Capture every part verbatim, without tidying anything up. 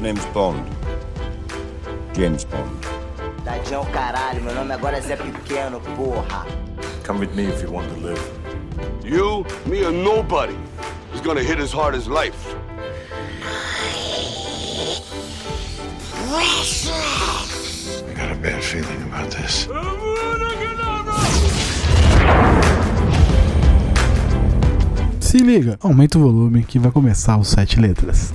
name's Bond. James Bond. Tadinho, caralho, meu nome agora é Zé Pequeno, porra. Come with me if you want to live. You, me, or nobody is gonna hit as hard as life. I got a bad feeling about this. Se liga, aumenta o volume que vai começar os Sete Letras.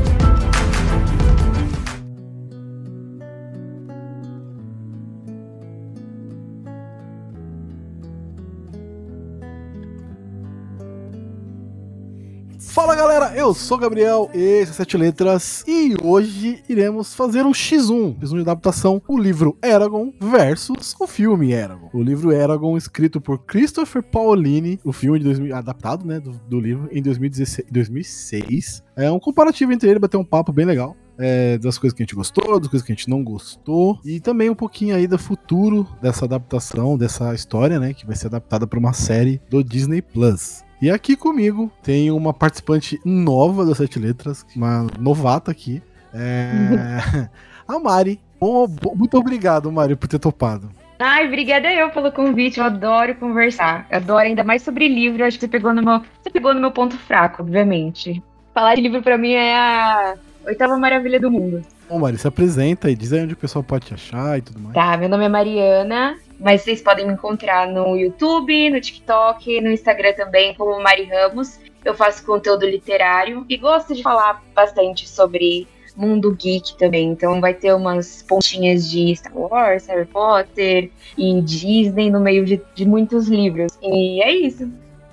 Fala galera, eu sou o Gabriel, esse é Sete Letras e hoje iremos fazer um X um, X um de adaptação, o livro Eragon versus o filme Eragon. O livro Eragon escrito por Christopher Paolini, o filme de dois mil, adaptado né, do, do livro em dois mil e seis. É um comparativo entre ele, bater um papo bem legal. É, das coisas que a gente gostou, das coisas que a gente não gostou e também um pouquinho aí do futuro dessa adaptação, dessa história, né, que vai ser adaptada para uma série do Disney Plus. E aqui comigo tem uma participante nova das Sete Letras, uma novata aqui, é... a Mari. Oh, muito obrigado, Mari, por ter topado. Ai, obrigada eu pelo convite, eu adoro conversar, eu adoro ainda mais sobre livro, acho que você pegou no meu, você pegou no meu ponto fraco, obviamente. Falar de livro pra mim é a oitava maravilha do mundo. Bom, Mari, se apresenta e diz aí onde o pessoal pode te achar e tudo mais. Tá, meu nome é Mariana, mas vocês podem me encontrar no YouTube, no TikTok, no Instagram também, como Mari Ramos. Eu faço conteúdo literário e gosto de falar bastante sobre mundo geek também. Então vai ter umas pontinhas de Star Wars, Harry Potter e Disney no meio de, de muitos livros. E é isso.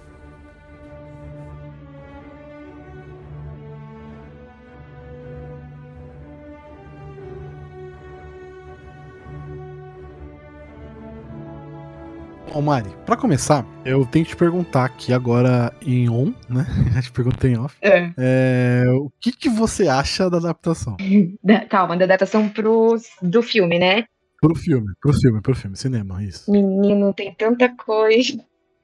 Bom, Mari, pra começar, eu tenho que te perguntar aqui agora em on, né? Já te perguntei em off. É. É, o que, que você acha da adaptação? Da, calma, da adaptação pros, do filme, né? Pro filme, pro filme, pro filme, cinema, isso. Menino, tem tanta coisa.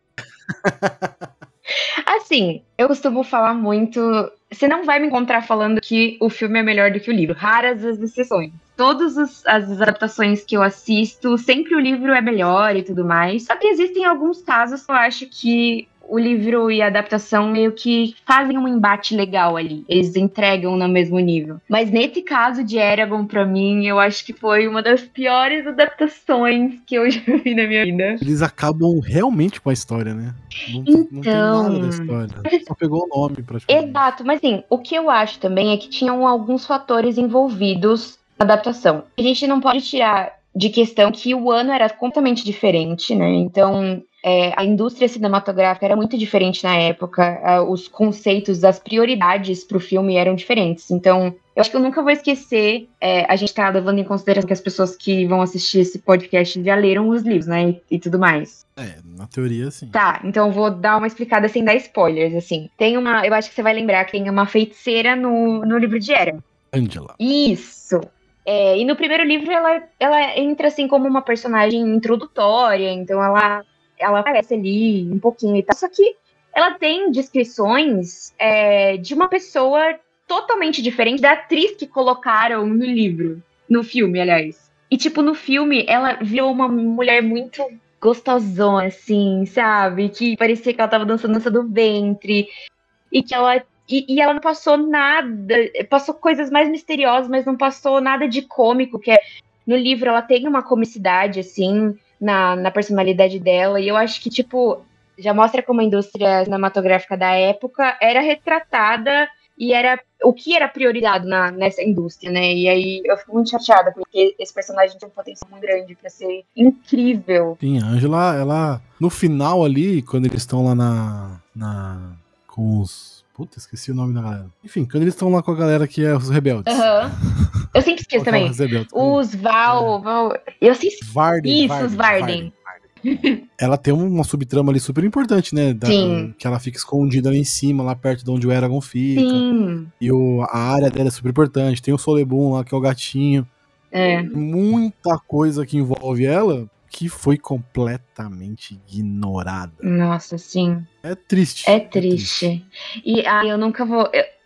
Assim, eu costumo falar muito. Você não vai me encontrar falando que o filme é melhor do que o livro. Raras as exceções. Todas as, as adaptações que eu assisto, sempre o livro é melhor e tudo mais. Só que existem alguns casos que eu acho que o livro e a adaptação meio que fazem um embate legal ali. Eles entregam no mesmo nível. Mas nesse caso de Eragon, pra mim, eu acho que foi uma das piores adaptações que eu já vi na minha vida. Eles acabam realmente com a história, né? Não, então... não tem nada da história. Só pegou o nome praticamente. Exato, mas assim, o que eu acho também é que tinham alguns fatores envolvidos na adaptação. A gente não pode tirar de questão que o ano era completamente diferente, né? Então... É, a indústria cinematográfica era muito diferente na época, uh, os conceitos, as prioridades para o filme eram diferentes. Então, eu acho que eu nunca vou esquecer, é, a gente tá levando em consideração que as pessoas que vão assistir esse podcast já leram os livros, né, e, e tudo mais. É, na teoria, sim. Tá, então eu vou dar uma explicada sem dar spoilers, assim. Tem uma, eu acho que você vai lembrar que tem uma feiticeira no, no livro de Eragon. Angela. Isso! É, e no primeiro livro ela, ela entra, assim, como uma personagem introdutória, então ela... ela aparece ali um pouquinho e tal, só que ela tem descrições é, de uma pessoa totalmente diferente da atriz que colocaram no livro, no filme, aliás. E, tipo, no filme, ela virou uma mulher muito gostosona, assim, sabe? Que parecia que ela tava dançando dança do ventre, e que ela... E, e ela não passou nada, passou coisas mais misteriosas, mas não passou nada de cômico, que é... No livro, ela tem uma comicidade, assim... Na, na personalidade dela, e eu acho que, tipo, já mostra como a indústria cinematográfica da época era retratada e era o que era prioridade na, nessa indústria, né? E aí eu fico muito chateada, porque esse personagem tem um potencial muito grande pra ser incrível. Sim, a Angela, ela, no final ali, quando eles estão lá na, na... com os... Puta, esqueci o nome da galera. Enfim, quando eles estão lá com a galera que é os rebeldes. Aham. Uhum. Eu sempre esqueço também. Os, rebeldes, os Val, é. Val... Eu sei... Varden. Isso, Varden, os Varden. Varden. Ela tem uma subtrama ali super importante, né? Da, Sim. Que ela fica escondida ali em cima, lá perto de onde o Eragon fica. Sim. E o, a área dela é super importante. Tem o Solebum lá, que é o gatinho. É. Muita coisa que envolve ela que foi completamente ignorada. Nossa, sim. É triste. É triste. É triste. E ah, eu nunca vou... Eu...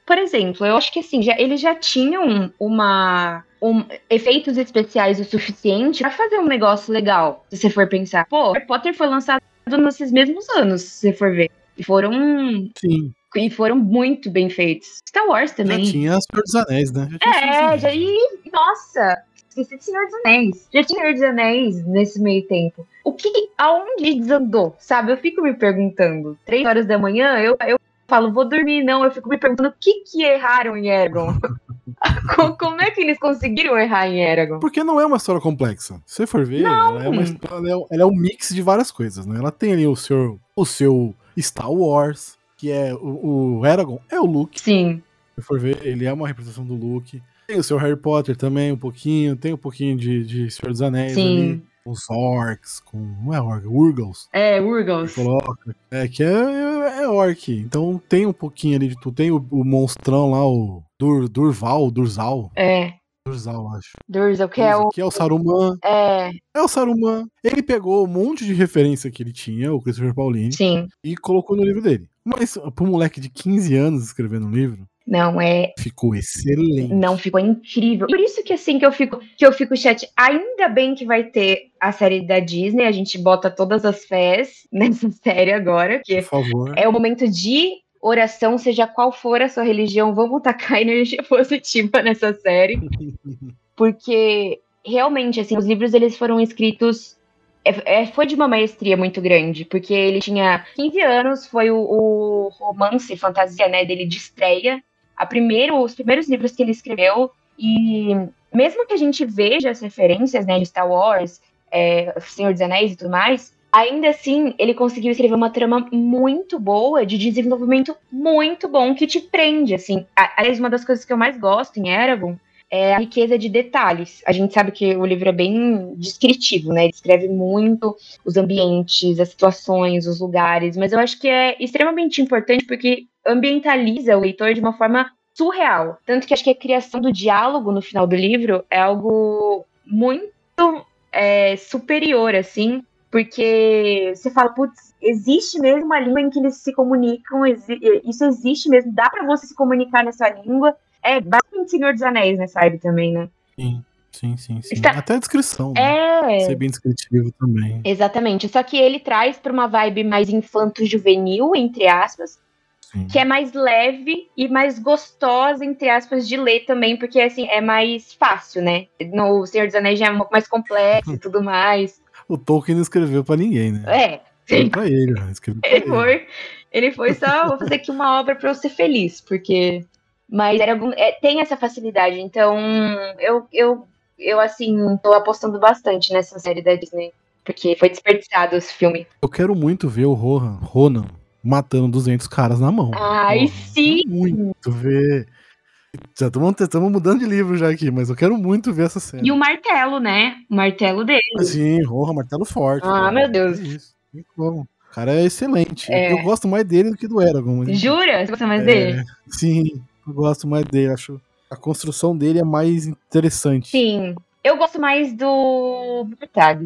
por exemplo, eu acho que assim, já, eles já tinham uma... Um, efeitos especiais o suficiente pra fazer um negócio legal, se você for pensar. Pô, Harry Potter foi lançado nesses mesmos anos, se você for ver. E foram... Sim. E foram muito bem feitos. Star Wars também. Já tinha Senhor dos Anéis, né? Já tinha Senhor dos É, Anéis. já, e, nossa, esqueci de Senhor dos Anéis. Já tinha Senhor dos Anéis nesse meio tempo. O que, aonde desandou, sabe? Eu fico me perguntando. Três horas da manhã, eu, eu falo, vou dormir, não. Eu fico me perguntando o que que erraram em Eragon. Como é que eles conseguiram errar em Eragon? Porque não é uma história complexa. Se você for ver, ela é, uma, ela, é, ela é um mix de várias coisas, né? Ela tem ali o seu, o seu Star Wars, que é o, o Eragon, é o Luke. Sim. Se for ver, ele é uma representação do Luke. Tem o seu Harry Potter também, um pouquinho. Tem um pouquinho de, de Senhor dos Anéis. Sim. Ali. Os orcs, com. Não é orc, Urgals. É, Urgals. Coloca. É, que é, é, é orc. Então tem um pouquinho ali de tudo. Tem o, o monstrão lá, o Dur, Durval, Durzal. É. Durzal, acho. Durzal, que é o... Que é o Saruman. É. É o Saruman. Ele pegou um monte de referência que ele tinha, o Christopher Paolini. Sim. E colocou no livro dele. Mas pro moleque de quinze anos escrevendo um livro... Não, é... Ficou excelente. Não, ficou incrível. Por isso que assim que eu fico, que eu fico chat. Ainda bem que vai ter a série da Disney. A gente bota todas as fés nessa série agora. Que Por favor. É o momento de oração, seja qual for a sua religião. Vamos tacar energia positiva nessa série. Porque realmente, assim, os livros eles foram escritos... É, é, foi de uma maestria muito grande, porque ele tinha quinze anos, foi o, o romance, fantasia, né, dele de estreia. A primeiro, os primeiros livros que ele escreveu, e mesmo que a gente veja as referências, né, de Star Wars, é, Senhor dos Anéis e tudo mais, ainda assim, ele conseguiu escrever uma trama muito boa, de desenvolvimento muito bom, que te prende, assim. Aliás, uma das coisas que eu mais gosto em Eragon é a riqueza de detalhes. A gente sabe que o livro é bem descritivo, né, ele descreve muito os ambientes, as situações, os lugares, mas eu acho que é extremamente importante porque ambientaliza o leitor de uma forma surreal. Tanto que acho que a criação do diálogo no final do livro é algo muito é, superior, assim, porque você fala, putz, existe mesmo uma língua em que eles se comunicam, isso existe mesmo, dá pra você se comunicar nessa língua. É basicamente Senhor dos Anéis, né, sabe, também, né? Sim, sim, sim. sim. Está... Até a descrição, né? É. Ser bem descritivo também. Exatamente, só que ele traz pra uma vibe mais infanto-juvenil, entre aspas, sim, que é mais leve e mais gostosa, entre aspas, de ler também, porque, assim, é mais fácil, né? No Senhor dos Anéis já é um pouco mais complexo e tudo mais. O Tolkien não escreveu pra ninguém, né? É. Escreveu pra ele, né? Escreveu pra ele, ele. Foi, ele foi só, vou fazer aqui uma obra pra eu ser feliz, porque... Mas era, é, tem essa facilidade, então eu, eu, eu, assim, tô apostando bastante nessa série da Disney, porque foi desperdiçado esse filme. Eu quero muito ver o Rohan, Ronan matando duzentos caras na mão. Ai, Porra, sim! Quero muito ver. Já estamos mudando de livro já aqui, mas eu quero muito ver essa série. E o martelo, né? O martelo dele. Sim, Rohan, martelo forte. Ah, cara. meu Deus. É isso. O cara é excelente. É. Eu gosto mais dele do que do Eragon. Mas... Jura? Você gosta mais é, dele? Sim. Eu gosto mais dele, acho. A construção dele é mais interessante. Sim. Eu gosto mais do Murtag.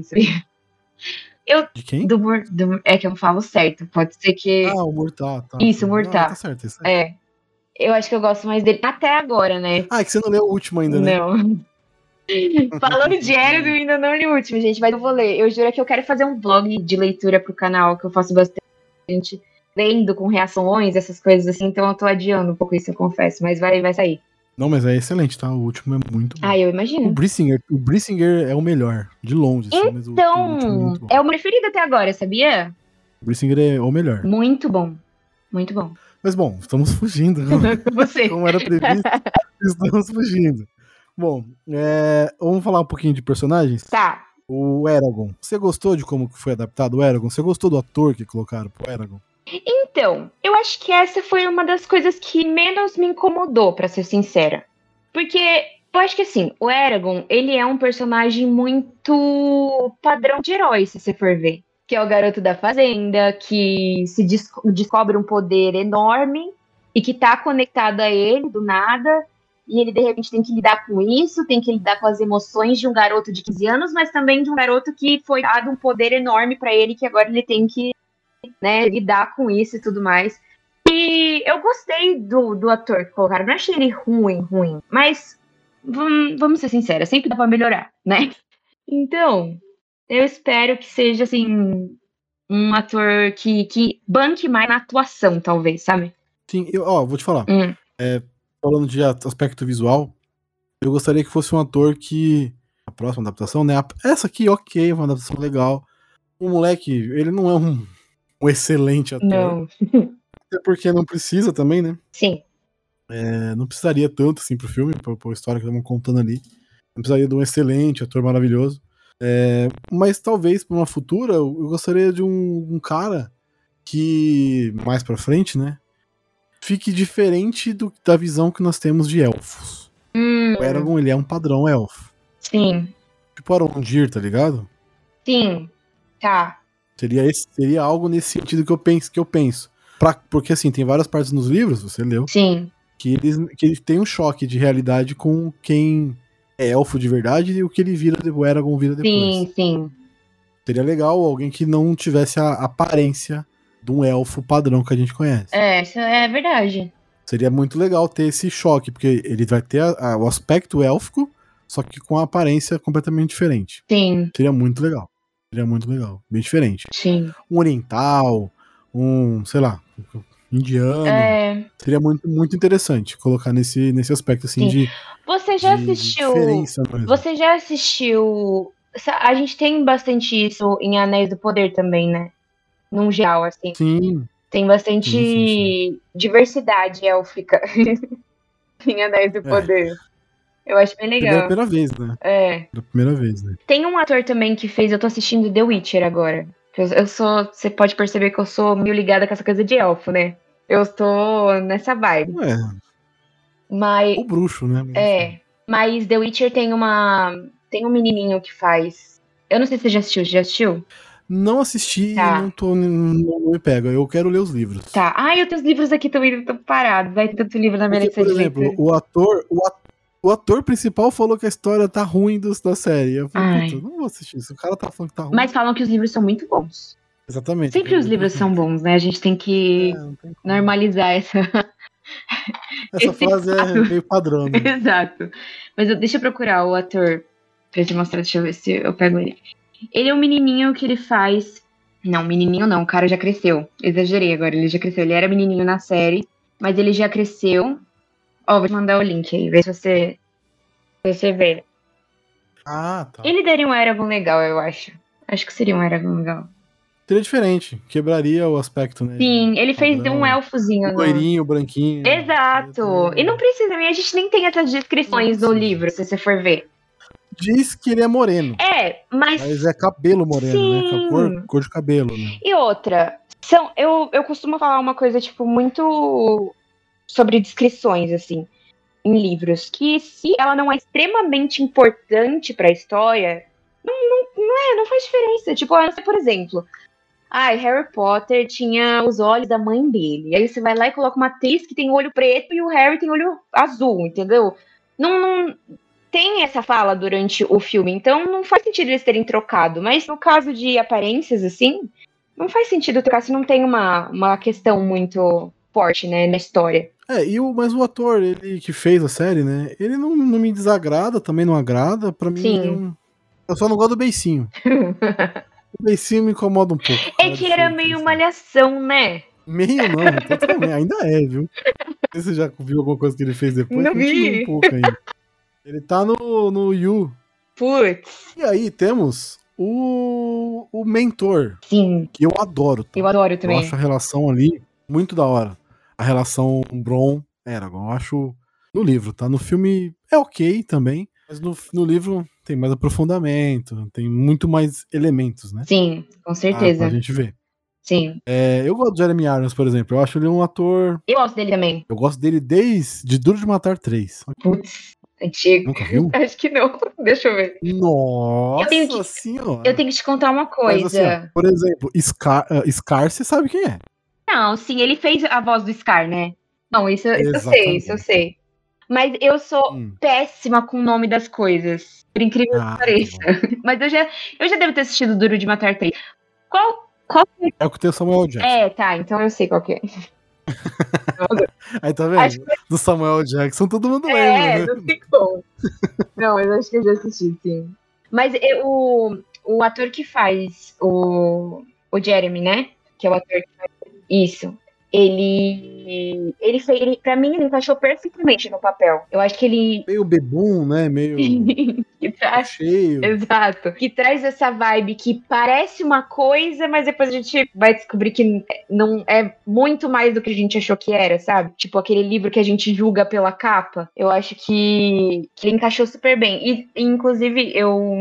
Eu... De quem? Do, Mur... do É que eu não falo certo. Pode ser que. Ah, o Murtá, tá. Isso, o Murtá. Ah, tá certo, tá certo. É. Eu acho que eu gosto mais dele até agora, né? Ah, é que você não leu o último ainda, né? Não. Falando de Eragon, eu ainda não li o último, gente, mas eu vou ler. Eu juro que eu quero fazer um vlog de leitura pro canal, que eu faço bastante. Lendo com reações, essas coisas assim, então eu tô adiando um pouco isso, eu confesso, mas vai, vai sair. Não, mas é excelente, tá? O último é muito bom. Ah, eu imagino. O Brissinger, o Brissinger é o melhor, de longe. Assim, mas o, Então, o último é, muito bom. É o meu preferido até agora, sabia? O Brissinger é o melhor. Muito bom, muito bom. Mas bom, estamos fugindo. Você. Como era previsto, estamos fugindo. Bom, é, vamos falar um pouquinho de personagens? Tá. O Eragon. Você gostou de como foi adaptado o Eragon? Você gostou do ator que colocaram pro Eragon? Então, eu acho que essa foi uma das coisas que menos me incomodou, pra ser sincera. Porque eu acho que, assim, o Eragon, ele é um personagem muito padrão de herói, se você for ver. Que é o garoto da fazenda, que se desco- descobre um poder enorme e que tá conectado a ele do nada. E ele, de repente, tem que lidar com isso, tem que lidar com as emoções de um garoto de quinze anos, mas também de um garoto que foi dado um poder enorme pra ele, que agora ele tem que, né, lidar com isso e tudo mais. E E eu gostei do, do ator que colocaram. Não achei ele ruim, ruim. Mas, vamos, vamos ser sinceros, sempre dá pra melhorar, né? Então, eu espero que seja, assim, um ator que, que banque mais na atuação, talvez, sabe? Sim, eu, ó, vou te falar. Hum. É, falando de aspecto visual, eu gostaria que fosse um ator que... A próxima adaptação, né? Essa aqui, ok, uma adaptação legal. O moleque, ele não é um, um excelente ator. Não. Até porque não precisa também, né? Sim. É, não precisaria tanto, assim, pro filme, pra, pra história que estamos contando ali. Não precisaria de um excelente ator maravilhoso. É, mas talvez, pra uma futura, eu gostaria de um, um cara que, mais pra frente, né? Fique diferente do, da visão que nós temos de elfos. Hum. O Eragon, ele é um padrão elfo. Sim. Tipo Arondir, tá ligado? Sim. Tá. Seria, esse, seria algo nesse sentido que eu penso. Que eu penso. Pra, porque assim, tem várias partes nos livros, você leu, Sim. que eles, que eles têm um choque de realidade com quem é elfo de verdade e o que ele vira, o Eragon vira depois. Sim, sim. Seria legal alguém que não tivesse a aparência de um elfo padrão que a gente conhece. É, isso é verdade. Seria muito legal ter esse choque, porque ele vai ter a, a, o aspecto élfico, só que com a aparência completamente diferente. Sim. Seria muito legal. Seria muito legal. Bem diferente. Sim. Um oriental, um, sei lá, indiano. É... Seria muito, muito interessante colocar nesse, nesse aspecto, assim, Sim. de Você já de assistiu... diferença mesmo. Você já assistiu... A gente tem bastante isso em Anéis do Poder também, né? Num geral, assim. Sim. Tem bastante Sim, sim, sim. diversidade élfica em Anéis do Poder. É. Eu acho bem legal. Pela primeira vez, né? É. Pela primeira vez, né? Tem um ator também que fez... Eu tô assistindo The Witcher agora. Eu, eu sou... Você pode perceber que eu sou meio ligada com essa coisa de elfo, né? Eu tô nessa vibe. É. Mas... O bruxo, né? É. Mas The Witcher tem uma... Tem um menininho que faz... Eu não sei se você já assistiu. Já assistiu? Não assisti Tá. e não, tô, não, não me pega. Eu quero ler os livros. Tá. Ah, eu tenho os livros aqui também, tô parado. Vai ter tanto livro na minha Porque, lista por de exemplo, leitura. o ator, o ator, o ator principal falou que a história tá ruim dos, da série. Eu falei, Ai. puta, não vou assistir isso. O cara tá falando que tá ruim. Mas falam que os livros são muito bons. Exatamente. Sempre os livros são bons, né? A gente tem que É, não tem como. normalizar essa... Essa esse frase é fato. meio padrão, né? Exato. Mas eu, deixa eu procurar o ator pra te mostrar, deixa eu ver se eu pego ele. Ele é um menininho que ele faz... Não, menininho não, o cara já cresceu. Exagerei agora, ele já cresceu. Ele era menininho na série, mas ele já cresceu. Ó, vou te mandar o link aí, ver se você, se você vê. Ah, tá. Ele daria um Eragon legal, eu acho. Acho que seria um Eragon legal. Seria diferente. Quebraria o aspecto, né? Sim, ele fez Padrão. um elfozinho. O No... loirinho, o branquinho. Exato. E não precisa, a gente nem tem essas descrições Não no precisa. livro, se você for ver. Diz que ele é moreno. É, mas... Mas é cabelo moreno, Sim. né? Cor, cor de cabelo, né? E outra, são, eu, eu costumo falar uma coisa, tipo, muito sobre descrições, assim, em livros, que se ela não é extremamente importante pra história, não, não, não é, não faz diferença. Tipo, por exemplo, ai, Harry Potter tinha os olhos da mãe dele, aí você vai lá e coloca uma atriz que tem olho preto e o Harry tem olho azul, entendeu? Não... não tem essa fala durante o filme, então não faz sentido eles terem trocado. Mas no caso de aparências, assim, não faz sentido trocar se não tem uma, uma questão muito forte, né, na história. É, e o, mas o ator, ele que fez a série, né? Ele não, não me desagrada, também não agrada. Pra mim, Sim. ele é um- eu só não gosto do beicinho. O beicinho me incomoda um pouco. É cara, que era de meio assim. malhação, né? Meio não, totalmente. Ainda é, viu? Não sei se você já viu alguma coisa que ele fez depois. Não Continua vi. um pouco ainda. Ele tá no, no You. Putz. E aí temos o, o mentor, Sim, que eu adoro. Tá? eu adoro Eu também. acho a relação ali muito da hora. A relação Bron-Eragon. Eu acho no livro, tá? No filme é ok também, mas no, no livro tem mais aprofundamento, tem muito mais elementos, né? Sim, com Pra, certeza. pra gente ver. Sim. É, eu gosto do Jeremy Irons, por exemplo. Eu acho ele um ator. Eu gosto dele também. Eu gosto dele desde Duro de Matar três. Putz, antigo. Nunca viu? Acho que não. Deixa eu ver. Nossa Eu tenho que- senhora. Eu tenho que te contar uma Mas, coisa. assim, ó, por exemplo, Scar, uh, Scar, você sabe quem é? Não, sim, ele fez a voz do Scar, né? Não, isso, isso eu sei, Exatamente. isso eu sei. Mas eu sou Hum. péssima com o nome das coisas. Por incrível Ah, que pareça. Mas eu já, eu já devo ter assistido Duro de Matar três. Qual, qual... É o que tem o Samuel Jackson. É, tá, então eu sei qual que é. Aí tá vendo? Acho que- Do Samuel Jackson todo mundo É, lembra, né? não tem como. Não, mas acho que eu já assisti, sim. Mas eu- o, o ator que faz o, o Jeremy, né? Que é o ator que faz isso. Ele, ele fez, ele, pra mim, ele encaixou perfeitamente no papel. Eu acho que ele Meio bebum, né? Meio que traz, cheio. exato, que traz essa vibe que parece uma coisa, mas depois a gente vai descobrir que não é muito mais do que a gente achou que era, sabe? Tipo aquele livro que a gente julga pela capa. Eu acho que, que ele encaixou super bem. E, inclusive, eu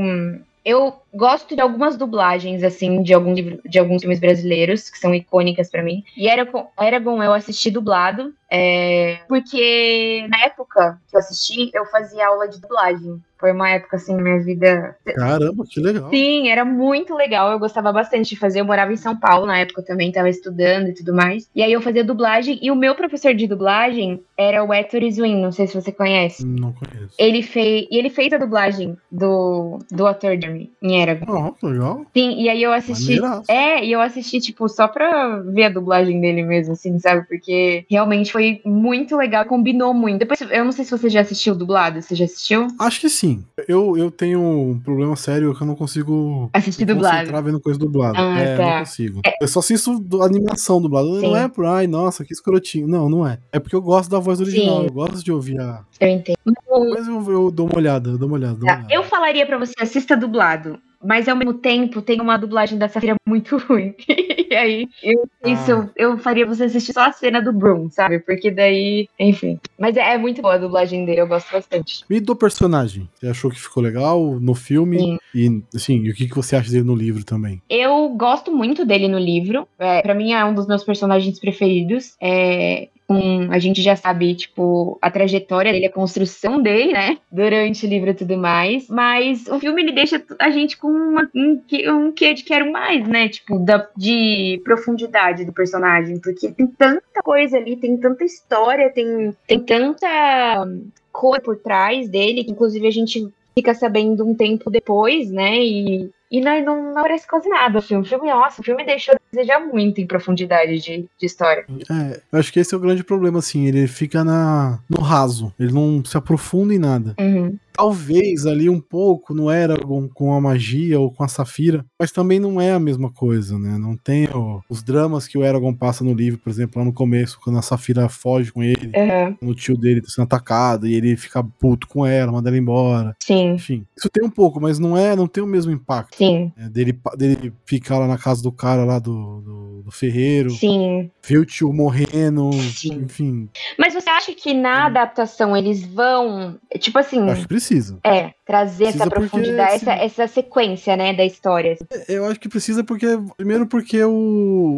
eu gosto de algumas dublagens, assim, de, algum, de alguns filmes brasileiros, que são icônicas pra mim. E Eragon, Eragon eu assisti dublado, é, porque na época que eu assisti, eu fazia aula de dublagem. Foi uma época, assim, na minha vida... Caramba, que legal. Sim, era muito legal, eu gostava bastante de fazer. Eu morava em São Paulo na época também, tava estudando e tudo mais. E aí eu fazia dublagem, e o meu professor de dublagem era o Héctor Zwin, não sei se você conhece. Não conheço. Ele fez, e ele fez a dublagem do, do ator Jeremy em Eragon. Ah, que legal. Sim, e aí eu assisti. Maneiraço. É, e eu assisti, tipo, só pra ver a dublagem dele mesmo, assim, sabe? Porque realmente foi muito legal, combinou muito. Depois, eu não sei se você já assistiu dublado, você já assistiu? Acho que sim. Eu, eu tenho um problema sério que eu não consigo Assistir me dublado. concentrar vendo coisa dublada. Ah, é, tá. não consigo. Eu só assisto do- animação dublada. Sim. Não é por, ai, nossa, que escrotinho. Não, não é. É porque eu gosto da voz original. Sim. Eu gosto de ouvir a... Eu entendo. Mas eu, eu dou uma olhada, eu dou uma olhada. Dou uma Tá, olhada. eu falaria pra você, assista dublado. Mas ao mesmo tempo tem uma dublagem da Safira muito ruim. E aí, eu, isso Ah. eu faria você assistir só a cena do Broom, sabe? Porque daí, enfim. Mas é, é muito boa a dublagem dele, eu gosto bastante. E do personagem? Você achou que ficou legal no filme? Sim. E, assim, e o que, que você acha dele no livro também? Eu gosto muito dele no livro. É, para mim é um dos meus personagens preferidos. É, um, a gente já sabe, tipo, a trajetória dele, a construção dele, né? Durante o livro e tudo mais. Mas o filme, ele deixa a gente com uma, um, que- um quê de quero mais, né? Tipo, da, de profundidade do personagem. Porque tem tanta coisa ali, tem tanta história, tem, tem tanta coisa por trás dele, que inclusive a gente fica sabendo um tempo depois, né? E, e não, não, não parece quase nada o filme. O filme, nossa, o filme deixou a desejar muito em profundidade de, de história. É, eu acho que esse é o grande problema, assim. Ele fica na, no raso. Ele não se aprofunda em nada. Uhum. Talvez ali um pouco no Eragon com a magia ou com a Safira, mas também não é a mesma coisa, né? Não tem ó, os dramas que o Eragon passa no livro, por exemplo, lá no começo, quando a Safira foge com ele, Uhum. no tio dele tá sendo atacado e ele fica puto com ela, manda ela embora. Sim, Enfim, isso tem um pouco, mas não é, não tem o mesmo impacto. sim, né? Dele, dele ficar lá na casa do cara lá do, do, do ferreiro, sim. ver o tio morrendo, Sim. enfim, Mas você acha que na adaptação eles vão, tipo assim, acho que precisa. é, trazer Precisa essa porque, profundidade, assim, essa, essa sequência, né, da história? Eu acho que precisa porque, primeiro porque o,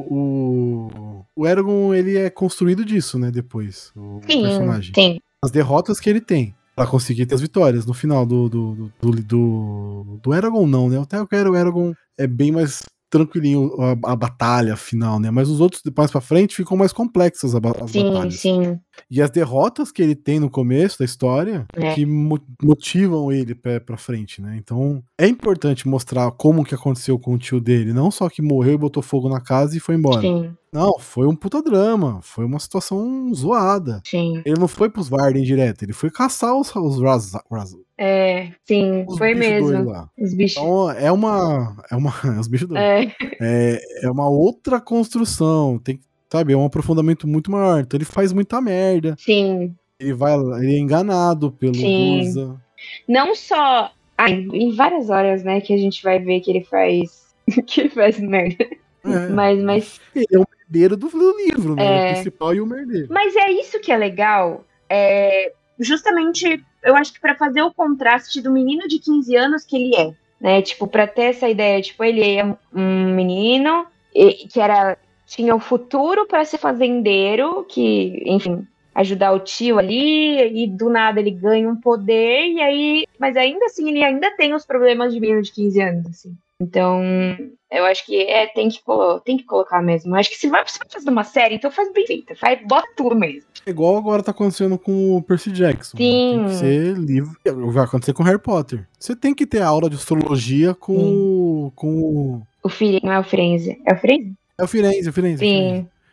o, o Eragon, ele é construído disso, né, depois, o Sim, personagem. sim, As derrotas que ele tem pra conseguir ter as vitórias no final do do, do, do, do, do Eragon não, né, até eu quero o Eragon é bem mais tranquilinho a, a batalha final, né, mas os outros mais pra frente ficam mais complexas as, ba- as sim, batalhas. sim. E as derrotas que ele tem no começo da história É. que mo- motivam ele pra, pra frente, né? Então é importante mostrar como que aconteceu com o tio dele. Não só que morreu e botou fogo na casa e foi embora. Sim, Não, foi um puta drama. Foi uma situação zoada. sim. Ele não foi pros Varden direto, ele foi caçar os, os, Raz, Raz, É, sim, os foi bichos doidos mesmo. lá. Os bichos. Então é uma. É uma. Os bichos doidos. É, É, é uma outra construção. Tem que. Sabe, é um aprofundamento muito maior. Então ele faz muita merda. sim. Ele vai, ele é enganado pelo Sim. Durza. Não só. Ah, em várias horas, né, que a gente vai ver que ele faz. que ele faz merda. É. Mas, mas, Ele é o merdeiro do, do livro, né? É. O principal e o merdeiro. mas é isso que é legal. É, justamente, eu acho que pra fazer o contraste do menino de quinze anos que ele é. Né? Tipo, pra ter essa ideia, tipo, ele é um menino e- que era. Tinha o futuro pra ser fazendeiro, que, enfim, ajudar o tio ali, e do nada ele ganha um poder, e aí. Mas ainda assim, ele ainda tem os problemas de menino de quinze anos, assim. Então, eu acho que é, tem que, colo- tem que colocar mesmo. Eu acho que se vai, se vai fazer uma série, então faz bem feita, faz, bota tudo mesmo. É igual agora tá acontecendo com o Percy Jackson. né? Sim. Tem que ser livro. Vai acontecer com Harry Potter. Você tem que ter aula de astrologia com, o- com o. O Firenze, não é o Firenze, é o Firenze? É o Firenze, o Firenze. o Sim. Firenze.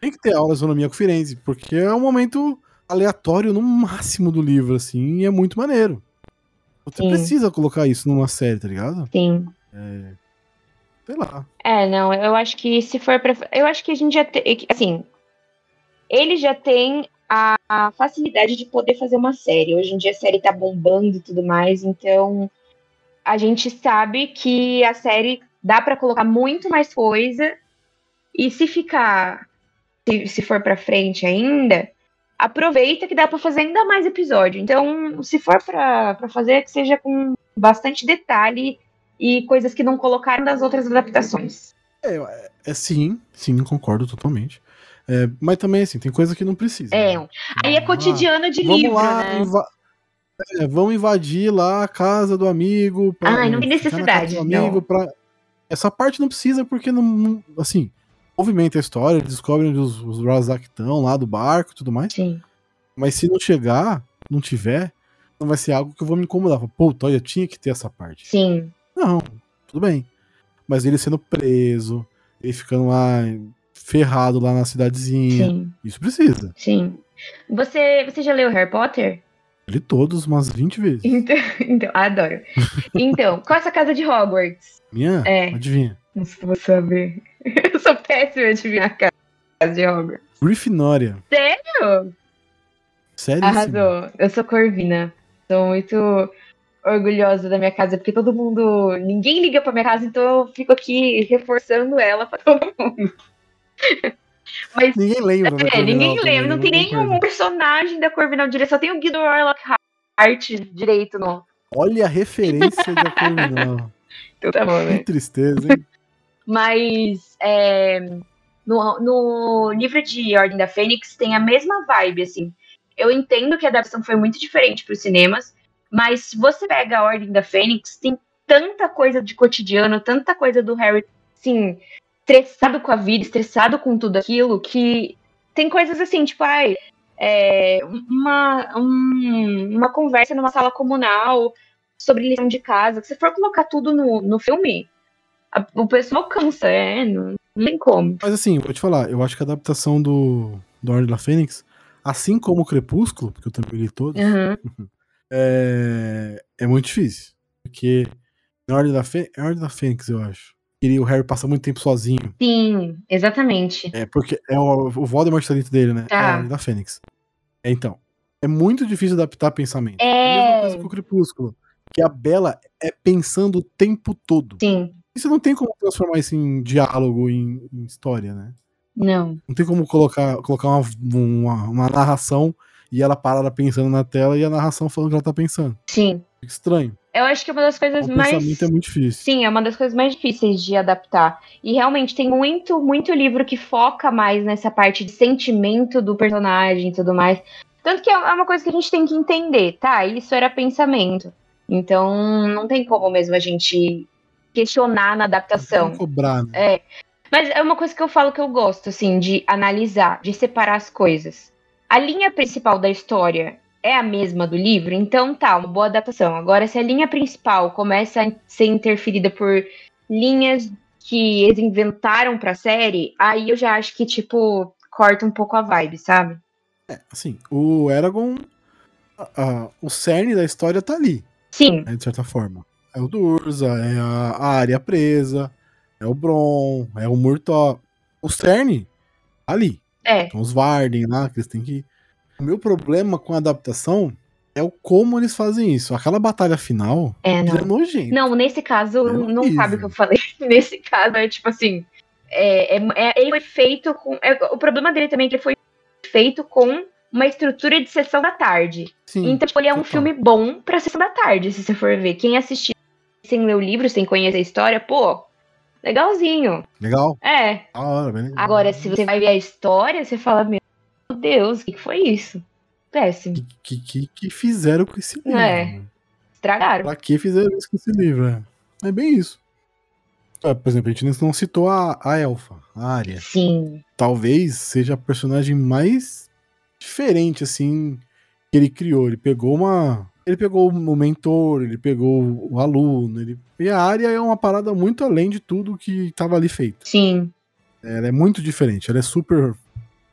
Tem que ter aula de astronomia com Firenze, porque é um momento aleatório no máximo do livro, assim, e é muito maneiro. Você Sim. precisa colocar isso numa série, tá ligado? Sim. É... Sei lá. É, não, eu acho que se for pra. Eu acho que a gente já tem. Assim, ele já tem a, a facilidade de poder fazer uma série. Hoje em dia a série tá bombando e tudo mais, então a gente sabe que a série dá pra colocar muito mais coisa. E se ficar. Se, se for pra frente ainda, aproveita que dá pra fazer ainda mais episódio. Então, se for pra, pra fazer, que seja com bastante detalhe e coisas que não colocaram das outras adaptações. É, é, é sim, sim, concordo totalmente. É, mas também, assim, tem coisa que não precisa. É, né? aí é cotidiano de Vamos livro, lá, né? inva- é, vamos invadir lá a casa do amigo. Pra, Ai, não tem ficar na casa necessidade, do amigo não. pra... Essa parte não precisa porque não, não- assim, movimenta a história, eles descobrem onde os, os Razak estão lá do barco e tudo mais. Sim, Mas se não chegar, não tiver, não vai ser algo que eu vou me incomodar. Fala, Puta, olha, tinha que ter essa parte. sim, Não, tudo bem. Mas ele sendo preso, ele ficando lá ferrado lá na cidadezinha, sim, isso precisa. sim. Você, você já leu Harry Potter? Li todos umas vinte vezes. Então, então adoro. Então, qual é essa casa de Hogwarts? Minha? É. Adivinha. Não sei se vou saber. Eu sou péssima de adivinhar a casa de Hogwarts. Grifinória. Sério? Sério? Arrasou. Eu sou Corvina. Sou muito orgulhosa da minha casa, porque todo mundo. Ninguém liga pra minha casa, então eu fico aqui reforçando ela pra todo mundo. Mas Ninguém lembra, né? é, ninguém Corvinal lembra, também, não tem né? nenhum personagem da Corvinal direito, só tem o Guido Lockhart direito no. Olha a referência da Corvinal. Então tá bom, Que né? tristeza, hein? Mas é, no, no livro de Ordem da Fênix tem a mesma vibe, assim. Eu entendo que a adaptação foi muito diferente para os cinemas, mas se você pega a Ordem da Fênix, tem tanta coisa de cotidiano, tanta coisa do Harry, assim, estressado com a vida, estressado com tudo aquilo, que tem coisas assim, tipo, ai, é, uma, um, uma conversa numa sala comunal sobre lição de casa. Se você for colocar tudo no, no filme, a, o pessoal cansa, é, não, não tem como. Mas assim, vou te falar, eu acho que a adaptação do, do Ordem da Fênix, assim como o Crepúsculo, porque eu também li todos, Uhum. é, é muito difícil. Porque na Ordem da Fênix, é a Ordem da Fênix, eu acho. E o Harry passa muito tempo sozinho. Sim, exatamente. É, porque é o, o Voldemort tá dentro dele, né? Tá. É a Ordem da Fênix. É, então, é muito difícil adaptar pensamento. É. a mesma coisa que o Crepúsculo. Que a Bella é pensando o tempo todo. Sim, E você não tem como transformar isso em diálogo, em, em história, né? não. Não tem como colocar, colocar uma, uma, uma narração e ela parada pensando na tela e a narração falando que ela tá pensando. Sim. Fica estranho. Eu acho que é uma das coisas O mais. pensamento é muito difícil. Sim, é uma das coisas mais difíceis de adaptar. E realmente tem muito, muito livro que foca mais nessa parte de sentimento do personagem e tudo mais. Tanto que é uma coisa que a gente tem que entender, tá? Isso era pensamento. Então não tem como mesmo a gente questionar na adaptação. Não cobrar, né? É. Mas é uma coisa que eu falo que eu gosto, assim, de analisar, de separar as coisas. A linha principal da história é a mesma do livro, então tá, uma boa adaptação. Agora, se a linha principal começa a ser interferida por linhas que eles inventaram pra série, aí eu já acho que, tipo, corta um pouco a vibe, sabe? É, assim, o Eragon, a- a- o cerne da história tá ali, Sim, né, de certa forma. É o Durza, é a, a área presa, é o Bron, é o Murtaugh. O cerne, tá ali. é. São os Varden lá, que eles têm que... O meu problema com a adaptação é o como eles fazem isso. Aquela batalha final É, é não. nojento. Não, nesse caso, É não horrível. cabe o que eu falei. Nesse caso, é tipo assim. É, é- é- ele foi feito com. é- o problema dele também é que ele foi feito com uma estrutura de sessão da tarde. Sim, Então, tipo, ele é um total. filme bom pra sessão da tarde, se você for ver. Quem assistir sem ler o livro, sem conhecer a história, pô, legalzinho. Legal. É. Da hora, beleza. Agora, se você vai ver a história, você fala, meu Deus, o que que foi isso? Péssimo. Que, que, que, que fizeram com esse livro? É. né? Estragaram. Pra que fizeram isso com esse livro? É, é bem isso. É, por exemplo, a gente não citou a, a Elfa, a Arya. Sim. Talvez seja a personagem mais diferente, assim, que ele criou. Ele pegou uma... Ele pegou o mentor, ele pegou o aluno. Ele... E a Arya é uma parada muito além de tudo que tava ali feito. Sim. Ela é muito diferente. Ela é super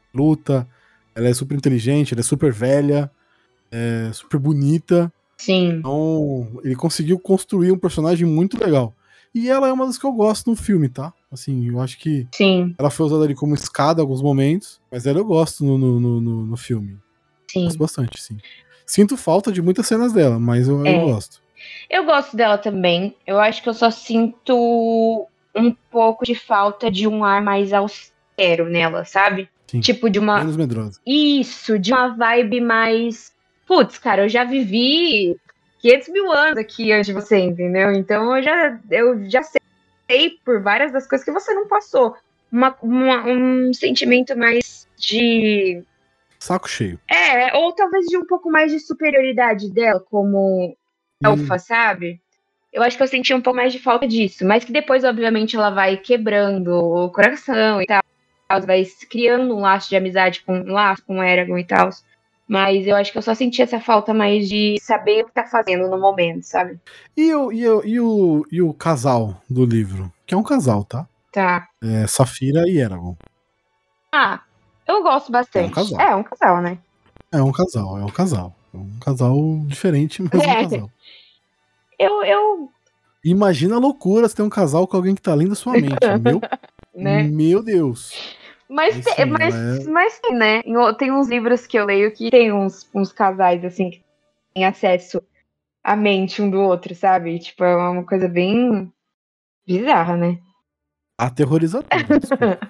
luta, ela é super inteligente, ela é super velha, é super bonita. Sim. Então, ele conseguiu construir um personagem muito legal. E ela é uma das que eu gosto no filme, tá? Assim, eu acho que Sim. ela foi usada ali como escada em alguns momentos, mas ela eu gosto no, no, no, no, no filme. Sim. Gosto bastante, sim. Sinto falta de muitas cenas dela, mas eu, É. eu gosto. Eu gosto dela também. Eu acho que eu só sinto um pouco de falta de um ar mais austero nela, sabe? Sim. Tipo, de uma. Menos medrosa. Isso, de uma vibe mais. Putz, cara, eu já vivi quinhentos mil anos aqui antes de você, entendeu? Então eu já, eu já sei por várias das coisas que você não passou. Uma, uma- um sentimento mais de. Saco cheio. É, ou talvez de um pouco mais de superioridade dela, como elfa, sabe? Eu acho que eu senti um pouco mais de falta disso. Mas que depois, obviamente, ela vai quebrando o coração e tal. Vai criando um laço de amizade com um laço com o Eragon e tal. Mas eu acho que eu só senti essa falta mais de saber o que tá fazendo no momento, sabe? E, o, e, o, e, o, e o casal do livro? Que é um casal, tá? Tá. É Saphira e Eragon. Ah, eu gosto bastante. É um casal. É, um casal, né? É um casal, é um casal. É um casal diferente, mas é É. um casal. Eu, eu, Imagina a loucura você ter um casal com alguém que tá além da sua mente. Meu, né? meu Deus. Mas, Aí tem, sim, mas, ela é- mas tem, né? Em o- Tem uns livros que eu leio que tem uns, uns casais, assim, que têm acesso à mente um do outro, sabe? Tipo, é uma coisa bem bizarra, né? Aterrorizadora. Desculpa.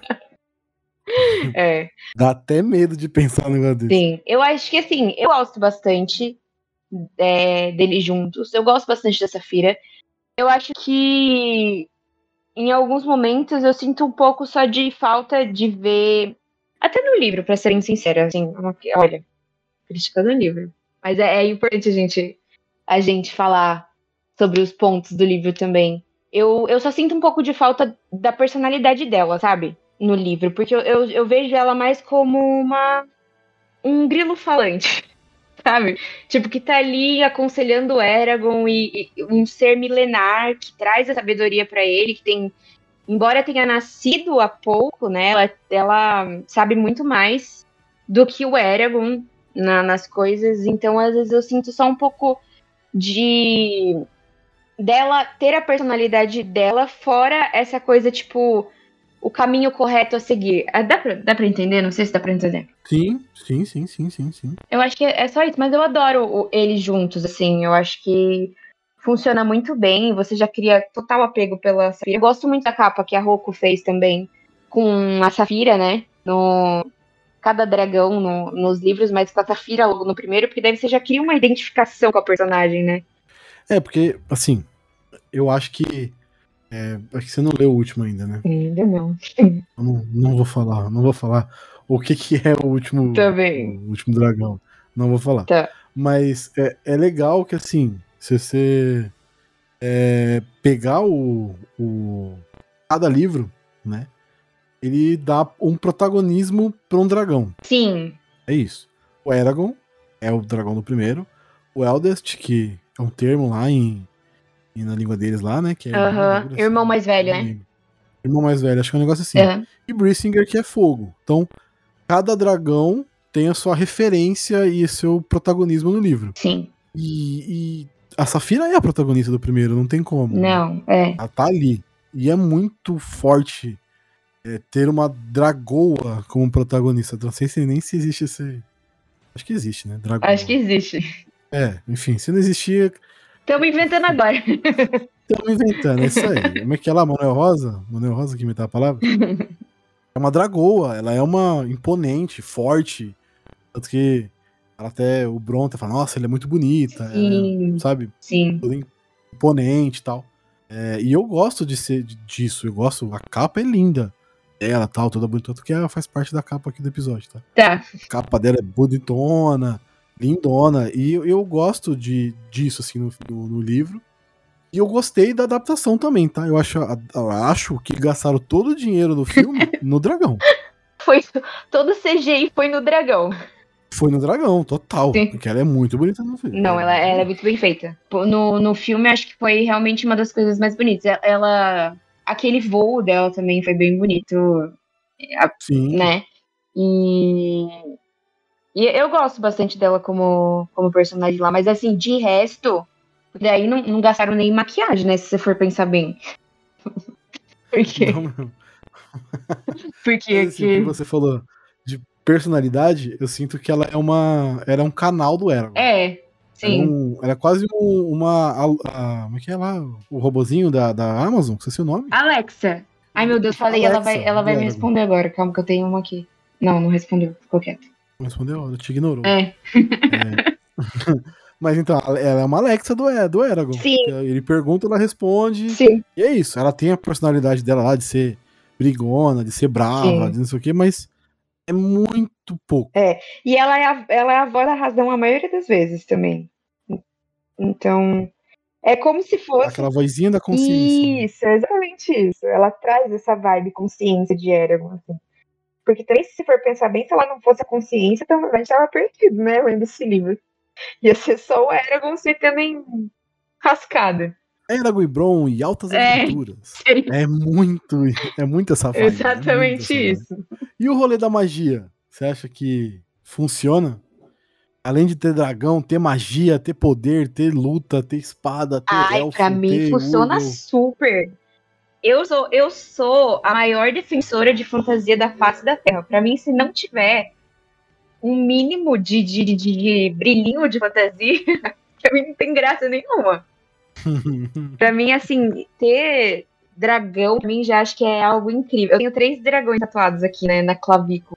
É, Dá até medo de pensar no negócio desse. sim. Eu acho que, assim, eu gosto bastante é, deles juntos. Eu gosto bastante da Saphira. Eu acho que em alguns momentos eu sinto um pouco só de falta de ver. Até no livro, pra ser bem sincera, assim, uma- olha, criticando o livro. Mas é, é importante a gente, a gente falar sobre os pontos do livro também. Eu, eu só sinto um pouco de falta da personalidade dela, sabe? No livro, porque eu, eu, eu vejo ela mais como uma um grilo falante, sabe? Tipo, que tá ali aconselhando o Eragon e, e um ser milenar que traz a sabedoria pra ele, que tem, embora tenha nascido há pouco, né? Ela, ela sabe muito mais do que o Eragon na- nas coisas, então às vezes eu sinto só um pouco de dela ter a personalidade dela, fora essa coisa, tipo, o caminho correto a seguir. Ah, Dá pra, dá pra entender? Não sei se dá pra entender. Sim, sim, sim, sim, sim, sim. Eu acho que é só isso, mas eu adoro o- eles juntos, assim. Eu acho que funciona muito bem. Você já cria total apego pela Safira. Eu gosto muito da capa que a Roku fez também com a Safira, né? No cada dragão no- nos livros, mas com a Safira logo no primeiro, porque daí você já cria uma identificação com a personagem, né? É, porque, assim, eu acho que. É, acho que você não leu o último ainda, né? Ainda não. Eu não, não vou falar, não vou falar o que, que é o último, Também. o último dragão. Não vou falar. Tá. Mas é, é legal que, assim, se você é, pegar o, o. Cada livro, né? Ele dá um protagonismo para um dragão. Sim. É isso. O Eragon é o dragão do primeiro. O Eldest, que é um termo lá em, em- na língua deles lá, né? Que é Aham. irmão, Irmão mais velho, não né? lembro. Irmão mais velho, acho que é um negócio assim. Aham. E Brissinger, que é fogo. Então, cada dragão tem a sua referência e seu protagonismo no livro. Sim. E, e a Safira é a protagonista do primeiro, não tem como. né? Não, é. Ela tá ali. E é muito forte é, ter uma dragoa como protagonista. Não sei se nem se existe esse. Acho que existe, né? Dragoa. Acho que existe. É, enfim, se não existia, Estamos inventando agora. estamos inventando, é isso aí. Como é que é lá, Manuel Rosa? Manuel Rosa que inventar a palavra? É uma dragoa, ela é uma imponente, forte. Tanto que ela até, o Bron até fala, nossa, ela é muito bonita, ela Sim. é, sabe, Sim. toda imponente e tal. É, e eu gosto de ser disso, eu gosto, a capa é linda dela tal, toda bonita, tanto que ela faz parte da capa aqui do episódio, tá? Tá. A capa dela é bonitona, lindona, e eu, eu gosto de, disso, assim, no, no, no livro. E eu gostei da adaptação também, tá? Eu acho, eu acho que gastaram todo o dinheiro do filme no dragão. Foi, todo C G I foi no dragão. Foi no dragão, total. Sim. Porque ela é muito bonita no filme. Não, ela, ela é muito bem feita. Pô, No, no filme, acho que foi realmente uma das coisas mais bonitas. Ela- Ela. Aquele voo dela também foi bem bonito, Sim. né? E, e eu gosto bastante dela como, como personagem lá, mas assim, de resto, daí não, não gastaram nem maquiagem, né? Se você for pensar bem. Por quê? Não, não. Porque Mas, assim, o que você falou de personalidade, eu sinto que ela é uma. Era um canal do Eragon. É, Era, sim. um, era quase um- uma. A, a- como é que é lá? O robozinho da, da Amazon? Não sei se é o nome. Alexa. Ai, meu Deus, falei, ela Alexa, vai, ela vai do me Eragon. responder agora. Calma que eu tenho uma aqui. Não, não respondeu. Ficou quieto. Não respondeu? Ela te ignorou. É. Mas então, ela é uma Alexa do, E- do Eragon. Sim. Ele pergunta, ela responde. Sim. E é isso. Ela tem a personalidade dela lá de ser brigona, de ser brava, Sim. de não sei o quê, mas é muito pouco. É. E ela é, a, ela é a voz da razão a maioria das vezes também. Então, é como se fosse. Aquela vozinha da consciência. né? Isso, é exatamente isso. Ela traz essa vibe consciência de Eragon, assim. Porque também, se for pensar bem, se ela não fosse a consciência, também a gente tava perdido, né? Lendo esse livro. Ia ser só o Eragon se também rascada. Eragon e Bron e altas É. aventuras. É muito, é muito essa vibe. é muito Exatamente essa vibe. isso. E o rolê da magia? Você acha que funciona? Além de ter dragão, ter magia, ter poder, ter luta, ter espada, ter Ai, elfo, pra mim ter funciona Urgo. super. Eu sou, eu sou a maior defensora de fantasia da face da Terra. Pra mim, se não tiver um mínimo de, de, de, de brilhinho de fantasia, pra mim não tem graça nenhuma. Pra mim, assim, ter dragão, pra mim já acho que é algo incrível. Eu tenho três dragões tatuados aqui, né, na clavícula.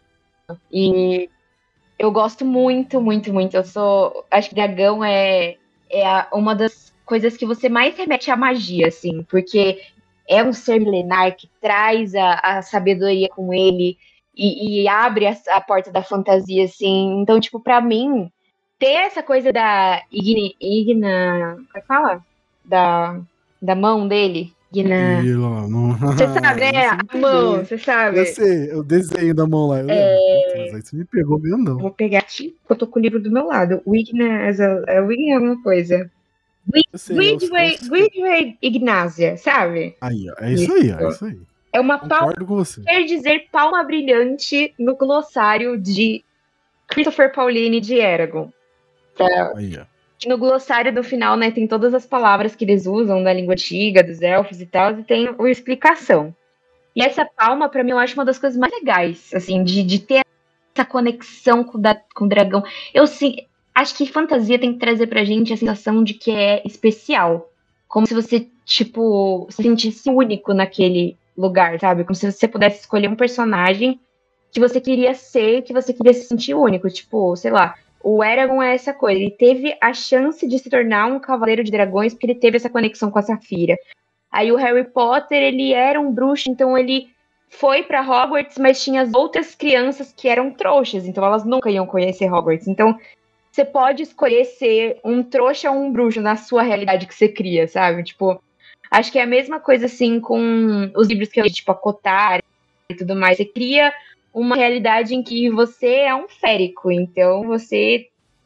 E eu gosto muito, muito, muito. Eu sou. Acho que dragão é, é a- uma das coisas que você mais remete à magia, assim, porque é um ser milenar que traz a, a sabedoria com ele e, e abre a, a porta da fantasia, assim. Então, tipo, pra mim, ter essa coisa da igni, igna. Como é que fala? Da, da mão dele. Igna. E lá, não- Você sabe, né? Isso A me pegou, mão, hein? você sabe. Eu sei, o desenho da mão lá. Eu lembro. Putz, aí você me pegou mesmo, não. Vou pegar aqui, porque eu tô com o livro do meu lado. Wigna, é Wigna alguma coisa. Eu sei, eu, eu, Gridway, eu, Gridway Ignácia, sabe? Aí, ó, é isso aí, ó, é isso aí. É uma palma, Concordo com você. quer dizer palma brilhante no glossário de Christopher Pauline de Eragon. Pra- Aí, ó. que no glossário do final, né, tem todas as palavras que eles usam da língua antiga, dos elfos e tal, e tem a explicação. E essa palma, pra mim, eu acho uma das coisas mais legais, assim, de, de ter essa conexão com, da, com o dragão. Eu sim, acho que fantasia tem que trazer pra gente a sensação de que é especial. Como se você, tipo, se sentisse único naquele lugar, sabe? Como se você pudesse escolher um personagem que você queria ser, que você queria se sentir único. Tipo, sei lá, o Eragon é essa coisa. Ele teve a chance de se tornar um cavaleiro de dragões porque ele teve essa conexão com a Safira. Aí o Harry Potter, ele era um bruxo, então ele foi pra Hogwarts, mas tinha as outras crianças que eram trouxas, então elas nunca iam conhecer Hogwarts. Então, você pode escolher ser um trouxa ou um bruxo na sua realidade que você cria, sabe? Tipo, acho que é a mesma coisa, assim, com os livros que eu li, tipo, a Cotar e tudo mais. Você cria uma realidade em que você é um férico, então você...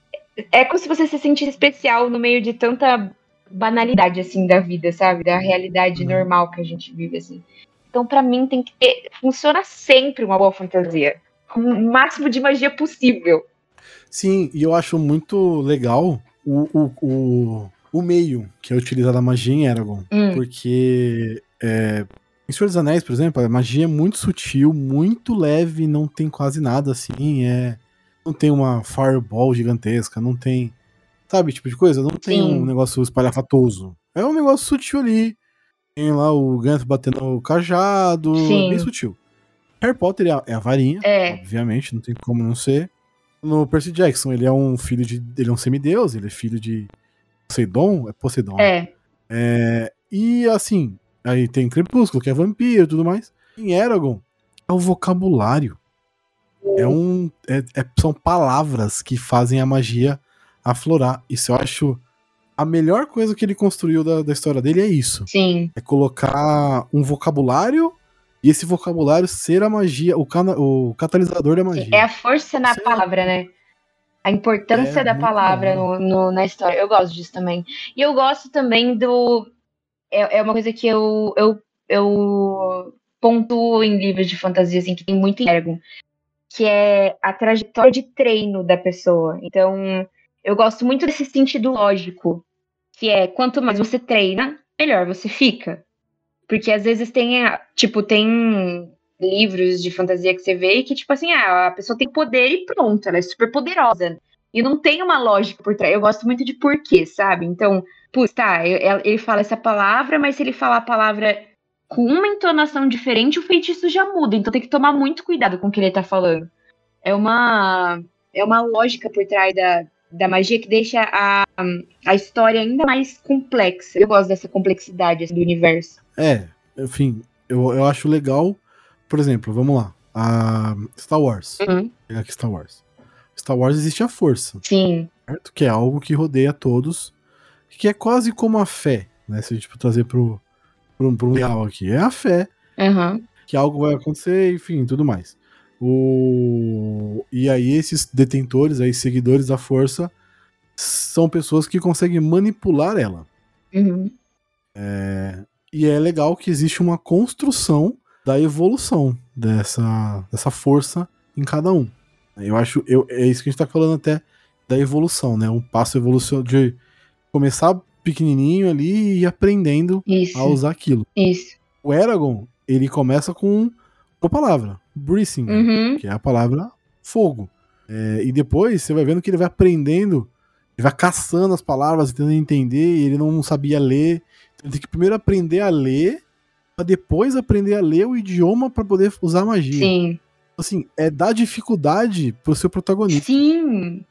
É como se você se sentisse especial no meio de tanta banalidade, assim, da vida, sabe? Da realidade Uhum. normal que a gente vive, assim. Então, pra mim, tem que ter... Funciona sempre uma boa fantasia. Com o máximo de magia possível. Sim, e eu acho muito legal o, o, o, o meio que é utilizado a magia em Eragon. Hum. Porque é, em Senhor dos Anéis, por exemplo, a magia é muito sutil, muito leve, não tem quase nada assim. É, não tem uma fireball gigantesca, não tem. Sabe, tipo de coisa? Não tem Sim. um negócio espalhafatoso. É um negócio sutil ali. Tem lá o Ganto batendo o cajado. Sim. É bem sutil. Harry Potter é a, é a varinha, É. obviamente, não tem como não ser. No Percy Jackson, ele é um filho de. Ele é um semideus, ele é filho de Poseidon. É Poseidon. né? É. É, e assim, aí tem Crepúsculo, que é vampiro e tudo mais. Em Eragon, é o vocabulário. É um, é- é- são palavras que fazem a magia aflorar. Isso eu acho a melhor coisa que ele construiu da, da história dele é isso. Sim. É colocar um vocabulário e esse vocabulário ser a magia, o, cana, o catalisador da magia. É a força na Sei lá. palavra, né? A importância É da muito palavra da no, no- na história. Eu gosto disso também. E eu gosto também do. É, é uma coisa que eu, eu, eu pontuo em livros de fantasia, assim, que tem muito em Eragon. que é a trajetória de treino da pessoa. Então, eu gosto muito desse sentido lógico, que é quanto mais você treina, melhor você fica. Porque às vezes tem, tipo, tem livros de fantasia que você vê que, tipo assim, ah, a pessoa tem poder e pronto, ela é super poderosa. E não tem uma lógica por trás. Eu gosto muito de porquê, sabe? Então, putz, tá, ele fala essa palavra, mas se ele falar a palavra com uma entonação diferente, o feitiço já muda. Então tem que tomar muito cuidado com o que ele tá falando. É uma, é uma lógica por trás da, da magia que deixa a, a história ainda mais complexa. Eu gosto dessa complexidade assim, do universo. É, enfim, eu, eu acho legal. Por exemplo, vamos lá. A Star Wars. Uhum. Pegar aqui Star Wars. Star Wars existe a força. Sim. Certo? Que é algo que rodeia todos. Que é quase como a fé. Né? Se a gente for trazer pro, pro, pro real aqui. É a fé. Uhum. Que algo vai acontecer, enfim, tudo mais. O... E aí esses detentores, aí, seguidores da força, são pessoas que conseguem manipular ela. Uhum. É... E é legal que existe uma construção da evolução dessa, dessa força em cada um. Eu acho, eu, é isso que a gente tá falando até da evolução, né? Um passo evolução de começar pequenininho ali e ir aprendendo Isso. a usar aquilo. Isso. O Eragon, ele começa com uma palavra, Breathing, Uhum. que é a palavra fogo. É, e depois você vai vendo que ele vai aprendendo, ele vai caçando as palavras, tentando entender, e ele não sabia ler. Então ele tem que primeiro aprender a ler, pra depois aprender a ler o idioma pra poder usar a magia. Sim. Assim, é dar dificuldade pro seu protagonista. Sim.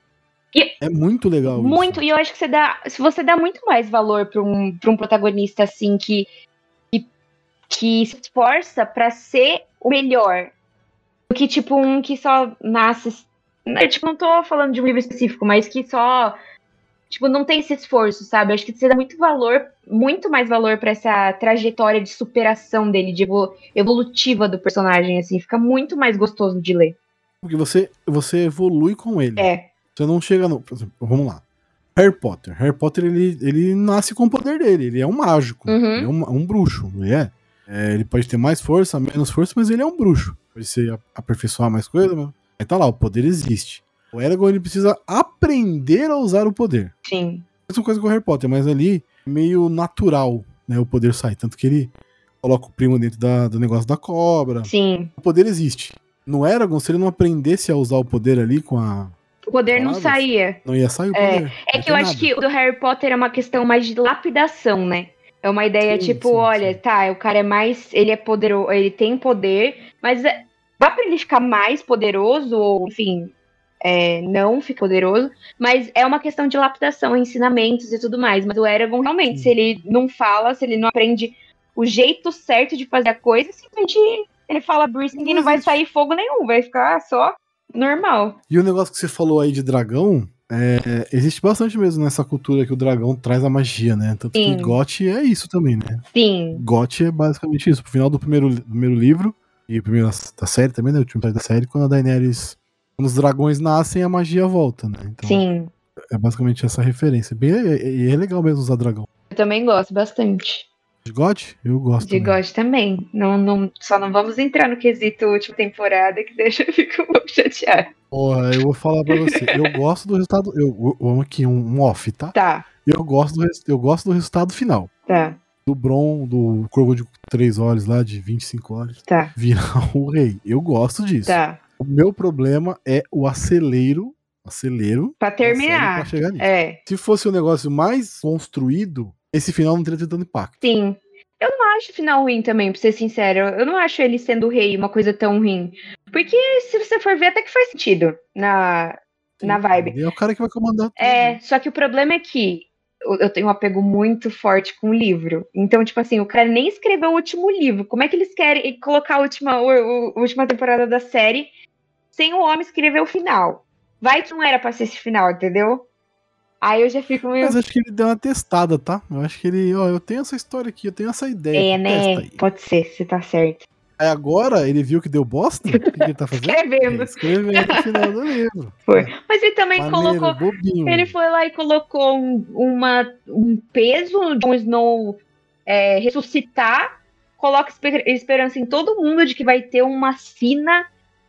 É muito legal Muito, isso. e eu acho que você dá, se você dá muito mais valor pra um, pra um protagonista assim que, que, que se esforça pra ser o melhor, do que tipo um que só nasce. Eu, tipo, não tô falando de um livro específico, mas que só tipo, não tem esse esforço, sabe? Eu acho que você dá muito valor, muito mais valor pra essa trajetória de superação dele, de evol- evolutiva do personagem, assim, fica muito mais gostoso de ler. Porque você, você evolui com ele. É. Você não chega no. Por exemplo, vamos lá. Harry Potter. Harry Potter, ele, ele nasce com o poder dele. Ele é um mágico. Uhum. Ele é um, um bruxo, não é? É, ele pode ter mais força, menos força, mas ele é um bruxo. Pode ser aperfeiçoar mais coisa, mas aí tá lá, o poder existe. O Eragon, ele precisa aprender a usar o poder. Sim. Mesma coisa com o Harry Potter, mas ali meio natural, né? O poder sai. Tanto que ele coloca o primo dentro da, do negócio da cobra. Sim. O poder existe. No Eragon, se ele não aprendesse a usar o poder ali com a... O poder não palavras, saía. não ia sair o É, poder. é Não que eu tem acho nada. que o do Harry Potter é uma questão mais de lapidação, né? É uma ideia Sim, tipo, sim, olha, sim. tá, o cara é mais, ele é poderoso, ele tem poder, mas é, dá pra ele ficar mais poderoso, ou enfim, é, não fica poderoso, mas é uma questão de lapidação, ensinamentos e tudo mais. Mas o Eragon, realmente, Sim. se ele não fala, se ele não aprende o jeito certo de fazer a coisa, simplesmente ele fala Breathing e não vai sair fogo nenhum, vai ficar só normal. E o negócio que você falou aí de dragão, é, existe bastante mesmo nessa cultura que o dragão traz a magia, né? Tanto Sim. que Goth é isso também, né? Sim, Goth é basicamente isso. Pro final do primeiro, do primeiro livro, e o primeiro da série também, né? O último da série, quando a Daenerys... Quando os dragões nascem, a magia volta, né? Então, sim. é basicamente essa referência. Bem, e é, é legal mesmo usar dragão. Eu também gosto bastante. De Goth? Eu gosto De também. God também. Não, não, só não vamos entrar no quesito última temporada, que deixa eu ficar um pouco chateada. Porra, eu vou falar pra você. Eu gosto do resultado... Eu, eu amo aqui um, um off, tá? Tá, Eu gosto, do, res- eu gosto do resultado final. tá, Do Bron, do Corvo de três olhos lá, de vinte e cinco olhos, tá, virar o rei. Eu gosto disso. tá. O meu problema é o acelero, acelero Pra da série terminar. pra chegar nisso. É, Se fosse um negócio mais construído, esse final não teria tido tanto impacto. sim. Eu não acho o final ruim também, pra ser sincero. Eu não acho ele sendo rei uma coisa tão ruim. Porque se você for ver, até que faz sentido na, na vibe. Ele é o cara que vai comandar tudo. É, só que o problema é que eu eu tenho um apego muito forte com o livro. Então, tipo assim, o cara nem escreveu o último livro. Como é que eles querem colocar a última, o- o- a última temporada da série sem o homem escrever o final? Vai que não era pra ser esse final, entendeu? Aí eu já fico meio. Mas acho que ele deu uma testada, tá? Eu acho que ele, ó, eu tenho essa história aqui, eu tenho essa ideia. É, aqui, né? testa aí. Pode ser, você tá certo. Aí agora ele viu que deu bosta? O que, que ele tá fazendo? Escrevendo. É, escrevendo o final do livro. Foi. É, Mas ele também maneiro, colocou. bobinho. Ele foi lá e colocou um, uma, um peso no Jon Snow é, ressuscitar, coloca esper- esperança em todo mundo de que vai ter uma sina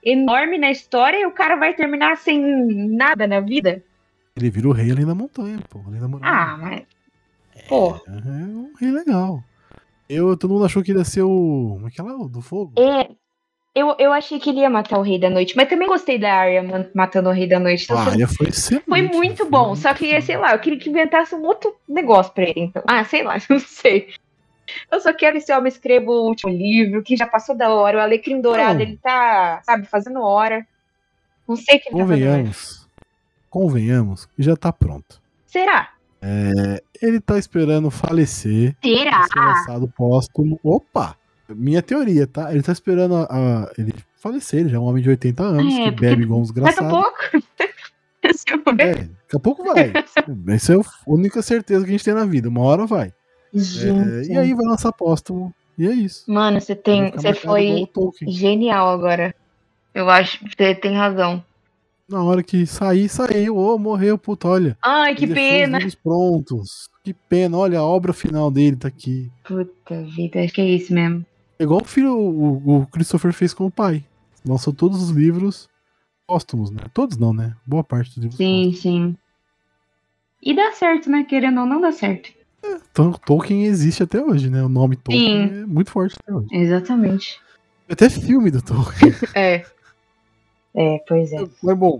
enorme na história e o cara vai terminar sem nada na vida. Ele vira o rei ali na montanha, pô. Ali na montanha. Ah, mas... Pô. É, é um rei legal. Eu, todo mundo achou que ele ia ser o... Como é que é lá? O do fogo? É... Eu, eu achei que ele ia matar o Rei da Noite, mas também gostei da Arya matando o Rei da Noite. Então, a Arya foi excelente. Foi muito foi bom, muito só que, bom. sei lá, eu queria que inventasse um outro negócio pra ele. Então. Ah, sei lá, não sei. Eu só quero que esse homem escreva o último livro, que já passou da hora. O Alecrim Dourado, Não. ele tá, sabe, fazendo hora. Não sei o que ele tá fazendo. Convenhamos. Convenhamos que já tá pronto. Será? É, ele tá esperando falecer. Será? Ser lançado póstumo. Opa! Minha teoria, tá? Ele tá esperando a, a- ele falecer, ele já é um homem de oitenta anos, É, que porque bebe igual um Daqui a desgraçado. pouco. É, daqui a pouco vai. Essa é a única certeza que a gente tem na vida. Uma hora vai. É, Gente. e aí vai lançar póstumo. E é isso. Mano, você Vai tem. ficar Você marcado igual foi o Tolkien. genial agora. Eu acho que você tem razão. Na hora que sair, saiu. Ô, morreu, puta, olha. Ai, que Ele deixou pena. os livros prontos. Que pena, olha, a obra final dele tá aqui. Puta vida, acho que é isso mesmo. É igual o filho, o, o Christopher fez com o pai. Lançou todos os livros póstumos, né? Todos não, né? Boa parte dos livros Sim, sim. E dá certo, né? Querendo ou não, dá certo. póstumos. Então, Tolkien existe até hoje, né? O nome Tolkien Sim. é muito forte até hoje. Exatamente. Tem até filme do Tolkien. É. É, pois é. Mas bom,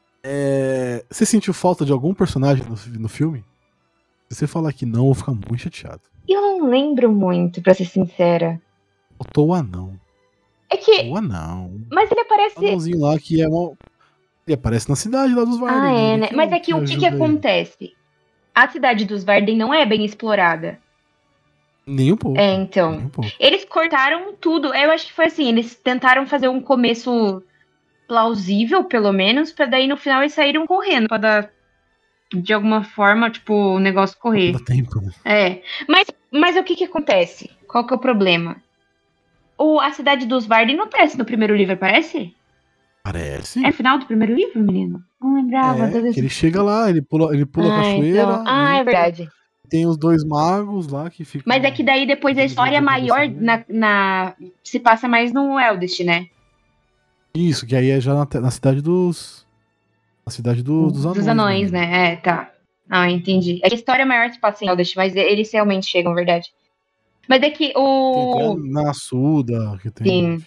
é, você sentiu falta de algum personagem no, no filme? Se você falar que não, eu vou ficar muito chateado. Eu não lembro muito, pra ser sincera. Faltou o anão. É que. O anão. Mas ele O aparece. anãozinho lá que é uma... Ele aparece na cidade lá dos Varden. Ah, é, Ele né? que Mas o- é que o que, que ajuda ele. acontece? A cidade dos Varden não é bem explorada. Nem um pouco. É, Nem então. um pouco. Eles cortaram tudo. Eu acho que foi assim, eles tentaram fazer um começo plausível, pelo menos, pra daí no final eles saíram correndo, pra dar, de alguma forma, tipo, o negócio correr. Dá tempo, né? É. Mas, mas o que que acontece? Qual que é o problema? O, a cidade dos Varden não aparece no primeiro livro, aparece? Parece. É final do primeiro livro, menino? Não lembrava. É, todas- que ele chega lá, ele pula, ele pula a Ah, cachoeira. então. Ah, é entra, verdade. Tem os dois magos lá que ficam. Mas é que daí depois a Eles história vão maior conversando. na, na- se passa mais no Eldest, né? Isso, que aí é já na, te- na cidade dos. Na cidade do- dos anões. Dos anões, né? É, tá. Ah, entendi. É que a história maior se passa em Eldest, mas eles realmente chegam, verdade. Mas é que Tem o. até na Suda, que tem. Sim.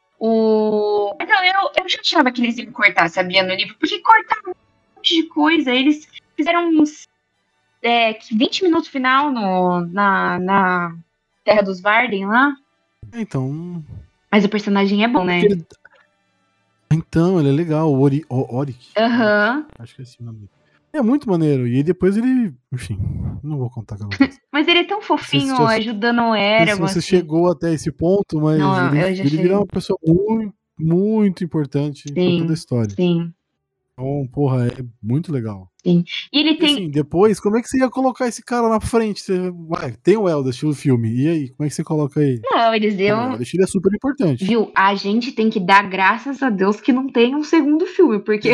O. Então, eu, eu já achava que eles iam cortar, sabia, no livro, porque cortaram um monte de coisa. Eles fizeram uns é, vinte minutos final no, na, na Terra dos Varden lá. Então. Mas o personagem é bom, né? Ele- Então, ele é legal, o Ori, o Oric. Aham. Acho que é esse o nome dele. É muito maneiro. E aí depois ele. Enfim, não vou contar o que acontece. Mas ele é tão fofinho, Se- se- ajudando o Não sei se Eragon. você assim. chegou até esse ponto, mas Não, ele, eu já ele cheguei. vira uma pessoa muito, muito importante Sim. em toda a história. Sim. Então, porra, é muito legal. E ele E tem. assim, depois, como é que você ia colocar esse cara na frente? Você vai, tem o Eldest no filme. E aí, como é que você coloca ele? Não, eles O deu. Eldest ele é super importante. Viu? A gente tem que dar graças a Deus que não tem um segundo filme, porque,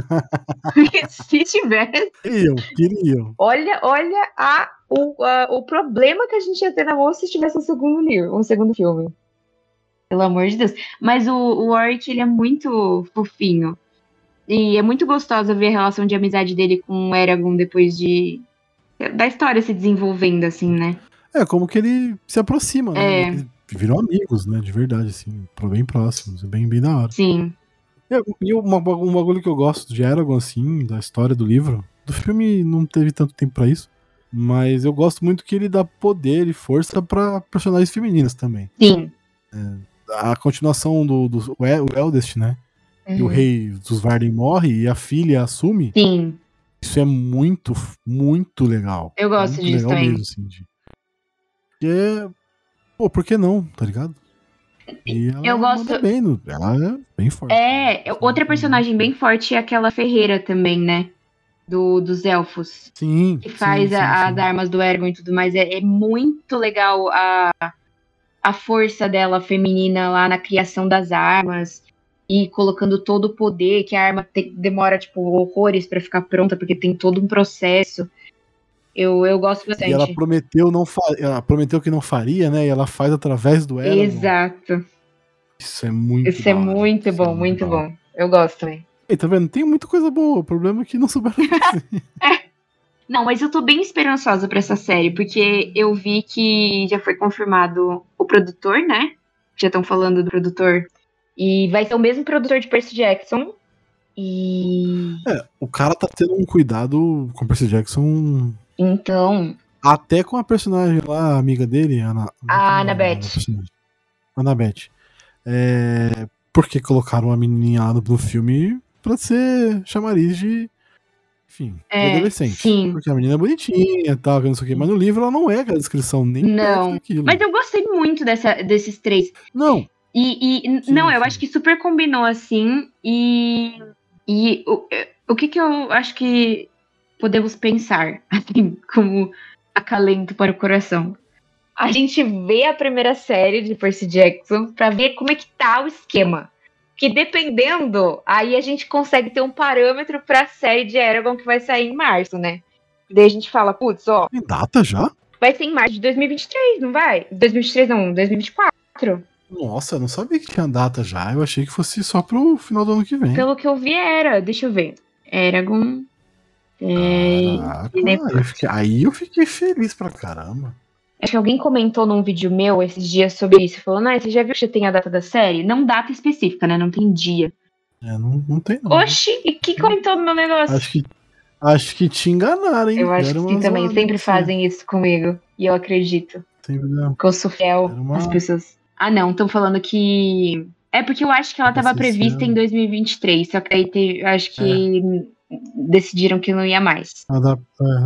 porque se tivesse. Queriam, queriam. Olha, olha a, o, a- o problema que a gente ia ter na mão se tivesse um segundo livro, um segundo filme. Pelo amor de Deus. Mas o, o Warwick, ele é muito fofinho. E é muito gostosa ver a relação de amizade dele com o Eragon depois de. Da história se desenvolvendo, assim, né? É, como que ele se aproxima, né? É. Eles viram amigos, né? De verdade, assim, bem próximos. É bem, bem da hora. Sim. E e uma, um bagulho que eu gosto de Eragon, assim, da história do livro. Do filme não teve tanto tempo pra isso. Mas eu gosto muito que ele dá poder e força pra personagens femininas também. Sim. A continuação do, do o El- o Eldest, né? E o Uhum. rei dos Varden morre e a filha assume. Sim. Isso é muito, muito legal. Eu gosto muito disso legal também. mesmo, assim. De... Que é... Pô, por que não, tá ligado? E ela Eu gosto- manda bem, no- ela é bem forte. É, outra personagem bem forte é aquela Ferreira também, né? Do, dos elfos. Sim. Que faz sim, a- sim, as sim. armas do Eragon e tudo mais. É, é muito legal a, a força dela feminina lá na criação das armas. E colocando todo o poder, que a arma te- demora, tipo, horrores pra ficar pronta, porque tem todo um processo. Eu, eu gosto bastante. E ela prometeu, não fa... ela prometeu que não faria, né? E ela faz através do Eragon. Exato. Isso é muito Isso é da hora. muito Isso é bom, muito da hora. bom. Eu gosto também. E tá vendo? Tem muita coisa boa. O problema é que não souberam fazer. Não, mas eu tô bem esperançosa pra essa série, porque eu vi que já foi confirmado o produtor, né? Já estão falando do produtor. E vai ser o mesmo produtor de Percy Jackson. E. É, o cara tá tendo um cuidado com o Percy Jackson. Então. Até com a personagem lá, a amiga dele, Ana, A Annabeth. Annabeth. É, porque colocaram a menininha lá no, no filme pra ser chamariz de. Enfim, É, de adolescente. sim. Porque a menina é bonitinha e tal, que não sei o quê. Mas no livro ela não é aquela descrição, nem perto Não. daquilo. Mas eu gostei muito dessa, desses três. Não. E, e Sim, não, eu sim. acho que super combinou assim. E, e o, o que que eu acho que podemos pensar, assim, como acalento para o coração? A gente vê a primeira série de Percy Jackson pra ver como é que tá o esquema. Que dependendo, aí a gente consegue ter um parâmetro pra série de Eragon que vai sair em março, né? Daí a gente fala, putz, ó, Tem data já? vai ser em março de dois mil e vinte e três, não vai? dois mil e vinte e três não, dois mil e vinte e quatro. Nossa, eu não sabia que tinha data já. Eu achei que fosse só pro final do ano que vem. Pelo que eu vi era, deixa eu ver. Eragon. É... Caraca, aí eu, fiquei, aí eu fiquei feliz pra caramba. Acho que alguém comentou num vídeo meu esses dias sobre isso, falando, ah, você já viu que já tem a data da série? Não data específica, né? Não tem dia. É, não, não tem não. Oxi, e que comentou no meu negócio? Acho que, acho que te enganaram, hein? Eu acho Deram que sim uma também. zoada Sempre em você. fazem isso comigo. E eu acredito. Sempre deu. Que eu sou fiel Era uma- às pessoas. Ah, não. Estão falando que. É porque eu acho que ela estava Você prevista se ama. em dois mil e vinte e três. Só que aí te- eu acho que decidiram que não ia mais. Adap-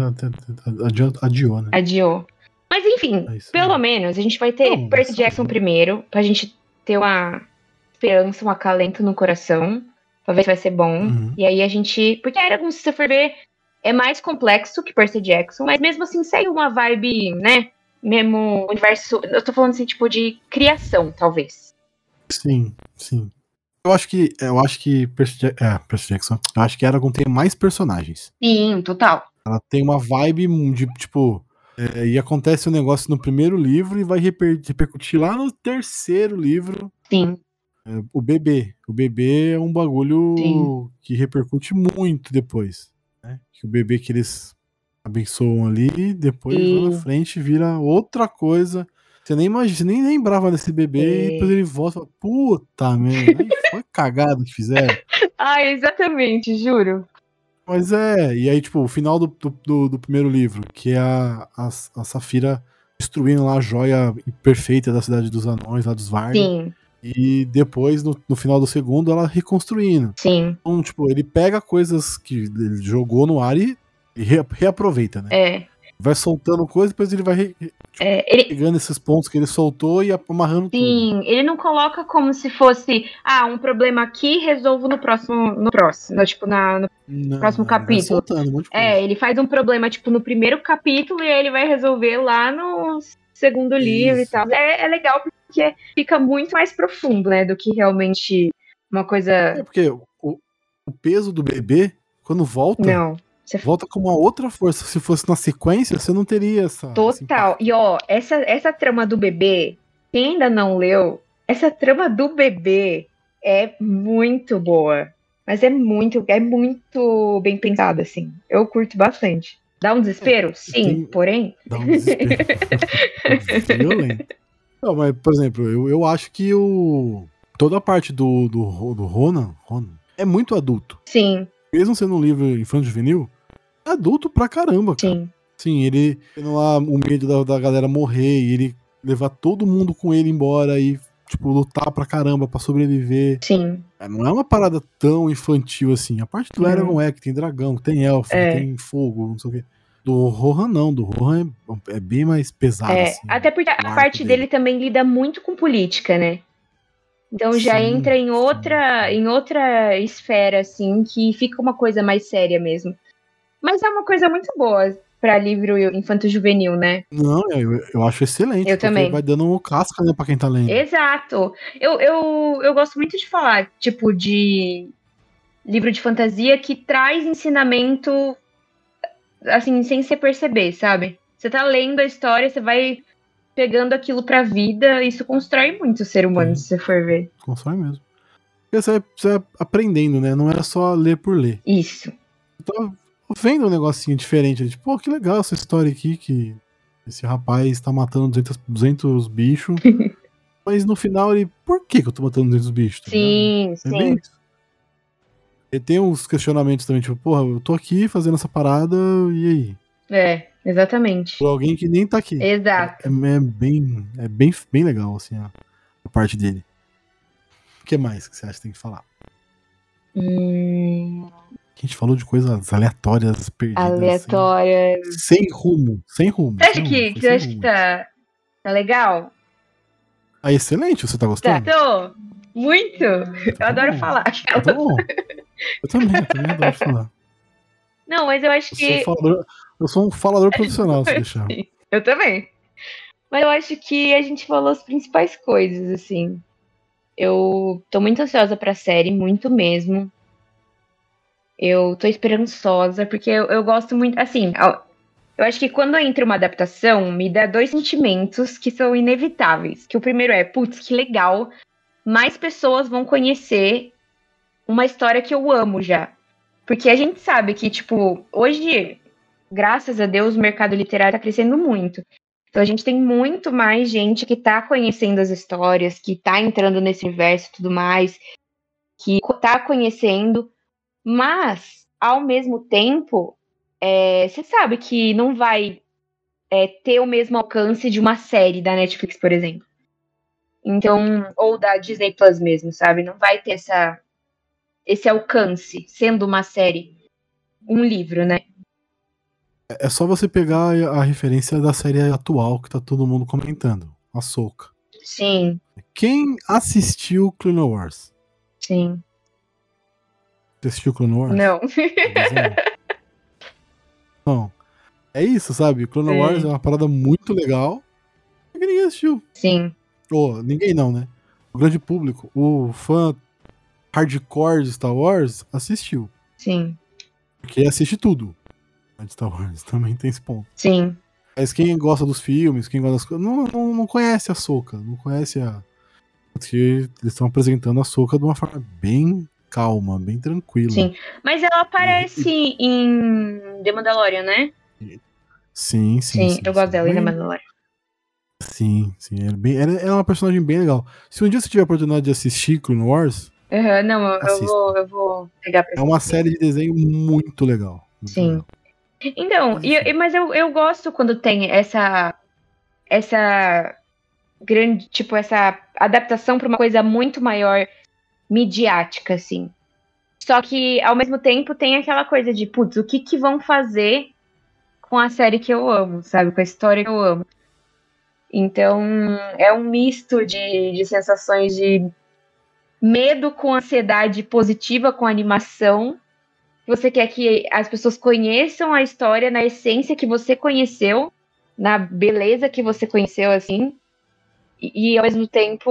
é, adi- Adiou, né? Adiou. Mas enfim, É isso pelo aí. menos a gente vai ter Não, Percy isso aí. Jackson primeiro. Pra gente ter uma esperança, um acalento no coração. Pra ver se vai ser bom. Uhum. E aí a gente. Porque era como se você for ver. É mais complexo que Percy Jackson, mas mesmo assim segue uma vibe, né? Mesmo universo. Eu tô falando assim, tipo, de criação, talvez. Sim, sim. Eu acho que. Eu acho que. Percy, Ja- é, Percy Jackson. Eu acho que Eragon tem mais personagens. Sim, total. Ela tem uma vibe de, tipo. é, e acontece um negócio no primeiro livro e vai reper- repercutir lá no terceiro livro. Sim. É, o bebê. O bebê é um bagulho Sim. que repercute muito depois. Né? Que o bebê que eles abençoam ali, depois E- lá na frente vira outra coisa. Você nem imagina, você nem lembrava desse bebê É. e depois ele volta e fala, puta merda, aí foi cagada que fizeram. Ah, exatamente, juro. Mas é, e aí, tipo, o final do, do, do- do primeiro livro, que é a, a, a Safira destruindo lá a joia perfeita da cidade dos anões, lá dos Varney. Sim, E depois, no, no final do segundo, ela reconstruindo. sim. Então, tipo, ele pega coisas que ele jogou no ar e, e re- reaproveita, né? É. Vai soltando coisas, depois ele vai re- é ele, pegando esses pontos que ele soltou e amarrando tudo. sim, ele não coloca como se fosse, ah, um problema aqui, resolvo no próximo, no próximo, no, tipo, na, no Não, próximo ele vai capítulo. soltando um monte de coisa. É, ele faz um problema, tipo, no primeiro capítulo e aí ele vai resolver lá no segundo livro e Isso. tal. É, é legal porque fica muito mais profundo, né, do que realmente uma É coisa... porque o, o peso do bebê, quando volta, Não, você volta com uma outra força. Se fosse na sequência, você não teria essa. esse total. impacto. E ó, essa, essa trama do bebê, quem ainda não leu, essa trama do bebê é muito boa. Mas é muito, é muito bem pensada, assim. Eu curto bastante. Dá um desespero? Sim, tem- porém. Dá um desespero. Violento. Não, mas, por exemplo, eu, eu acho que o. Toda a parte do, do, do Ronan, Ronan é muito adulto. Sim, Mesmo sendo um livro infanto juvenil, é adulto pra caramba, cara. sim. Sim, ele tendo lá o medo da, da galera morrer e ele levar todo mundo com ele embora e, tipo, lutar pra caramba pra sobreviver. Sim. É, não é uma parada tão infantil assim. A parte do Não. Eragon é que tem dragão, que tem elfo, É. que tem fogo, não sei o quê. Do Rohan não, do Rohan é, é bem mais pesado, É, assim. até porque o a arco parte dele. dele também lida muito com política, né? Então já Sim, entra em sim. outra, em outra esfera, assim, que fica uma coisa mais séria mesmo. Mas é uma coisa muito boa pra livro infanto-juvenil, né? Não, eu, eu acho excelente. Eu porque também. vai dando casca, né, pra quem tá lendo. Exato. Eu, eu, eu gosto muito de falar, tipo, de livro de fantasia que traz ensinamento, assim, sem você perceber, sabe? Você tá lendo a história, você vai pegando aquilo pra vida, isso constrói muito o ser humano, Sim. se você for ver. Constrói mesmo. Porque você vai, você vai aprendendo, né? Não era só ler por ler. Isso. Eu tava vendo um negocinho diferente. Tipo, pô, que legal essa história aqui, que esse rapaz tá matando duzentos, duzentos bichos. Mas no final ele, por que que eu tô matando duzentos bichos? Tá Sim, ligado? sim. É bem isso. E tem uns questionamentos também, tipo, porra, eu tô aqui fazendo essa parada, e aí? É, exatamente. Por alguém que nem tá aqui. Exato. É, é bem, é bem, bem legal, assim, a, a parte dele. O que mais que você acha que tem que falar? Hum, A gente falou de coisas aleatórias, perdidas. aleatória. Sem, sem rumo, sem rumo. Você acha sem que, rumo, foi você sem acha que rumo. tá, tá legal? Ah, excelente, você tá Tá, gostando? tô. Muito. Eu Tá adoro bom. falar. Tá bom. Eu também, eu também adoro falar. Não, mas eu acho Eu que. sou, falador, eu sou um falador profissional, se deixar. Eu também. Mas eu acho que a gente falou as principais coisas, assim. Eu tô muito ansiosa pra série, muito mesmo. Eu tô esperançosa, porque eu, eu gosto muito. Assim, ó, eu acho que quando entra uma adaptação, me dá dois sentimentos que são inevitáveis. Que o primeiro é, putz, que legal, mais pessoas vão conhecer uma história que eu amo já. Porque a gente sabe que, tipo, hoje, graças a Deus, o mercado literário tá crescendo muito. Então a gente tem muito mais gente que tá conhecendo as histórias, que tá entrando nesse universo e tudo mais, que tá conhecendo, mas, ao mesmo tempo, é, você sabe que não vai é, ter o mesmo alcance de uma série da Netflix, por exemplo. Então, ou da Disney Plus mesmo, sabe? Não vai ter essa, esse alcance, sendo uma série, um livro, né? É só você pegar a referência da série atual que tá todo mundo comentando. Ahsoka. Sim, Quem assistiu Clone Wars? sim. Você assistiu Clone Wars? Não. Desenho? Não. É isso, sabe? Clone Sim. Wars é uma parada muito legal. Que ninguém assistiu. Sim, Ou, ninguém não, né? O grande público, o fã hardcore de Star Wars, assistiu. sim, Porque assiste tudo. De Star Wars também tem esse ponto. sim. Mas quem gosta dos filmes, quem gosta das coisas, não, não, não conhece a Ahsoka, não conhece a. Porque eles estão apresentando a Ahsoka de uma forma bem calma, bem tranquila. Sim. Mas ela aparece em The Mandalorian, né? Sim, sim. Sim, sim eu gosto sim. dela em The Bem- Mandalorian. Sim, sim. Ela é, bem, ela é uma personagem bem legal. Se um dia você tiver a oportunidade de assistir Clone Wars, Aham, não, eu, eu Assista. vou, eu vou pegar pra é uma assistir. série de desenho muito legal. Muito Sim. legal. Então, Mas, e, enfim. e- mas eu, eu gosto quando tem essa essa grande, tipo, essa adaptação pra uma coisa muito maior midiática, assim. Só que, ao mesmo tempo, tem aquela coisa de, putz, o que que vão fazer com a série que eu amo, sabe? Com a história que eu amo. Então, é um misto de, de sensações de medo com ansiedade positiva com animação. Você quer que as pessoas conheçam a história na essência que você conheceu, na beleza que você conheceu, assim. E, e ao mesmo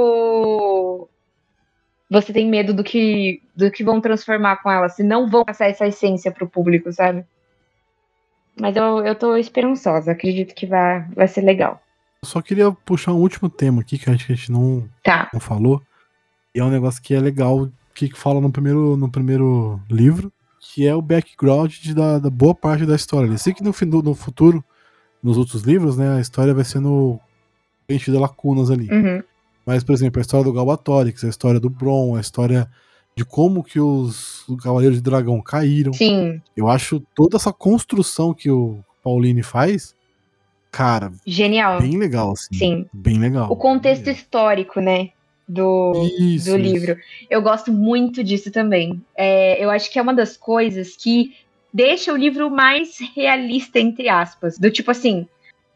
tempo, você tem medo do que, do que vão transformar com ela, se não vão passar essa essência pro público, sabe? Mas eu, eu tô esperançosa, acredito que vai, vai ser legal. Eu só queria puxar um último tema aqui que eu acho que a gente não, Tá. não falou. E é um negócio que é legal, que fala no primeiro, no primeiro livro, que é o background de, da, da boa parte da história. Eu sei que no, fim do- no futuro, nos outros livros, né, a história vai sendo preenchida lacunas ali. Uhum. Mas, por exemplo, a história do Galbatorix, a história do Bron, a história de como que os, os Cavaleiros de Dragão caíram. Sim, Eu acho toda essa construção que o Pauline faz, cara, genial. bem legal, assim. Sim. Bem legal. O contexto histórico, né? Do, Isso, do isso. livro. Eu gosto muito disso também. É, eu acho que é uma das coisas que deixa o livro mais realista, entre aspas. Do tipo assim.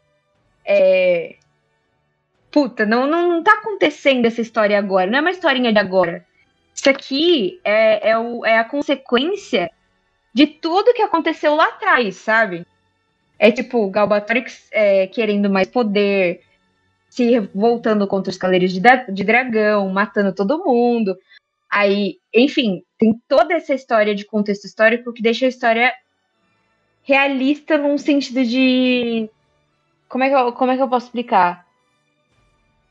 É, puta, não, não, não tá acontecendo essa história agora. Não é uma historinha de agora. Isso aqui é, é, o, é a consequência de tudo que aconteceu lá atrás, sabe? É tipo, Galbatorix é, querendo mais poder, se voltando contra os Cavaleiros de, da- de Dragão, matando todo mundo. Aí, enfim, tem toda essa história de contexto histórico que deixa a história realista num sentido de... Como é que eu, como é que eu posso explicar?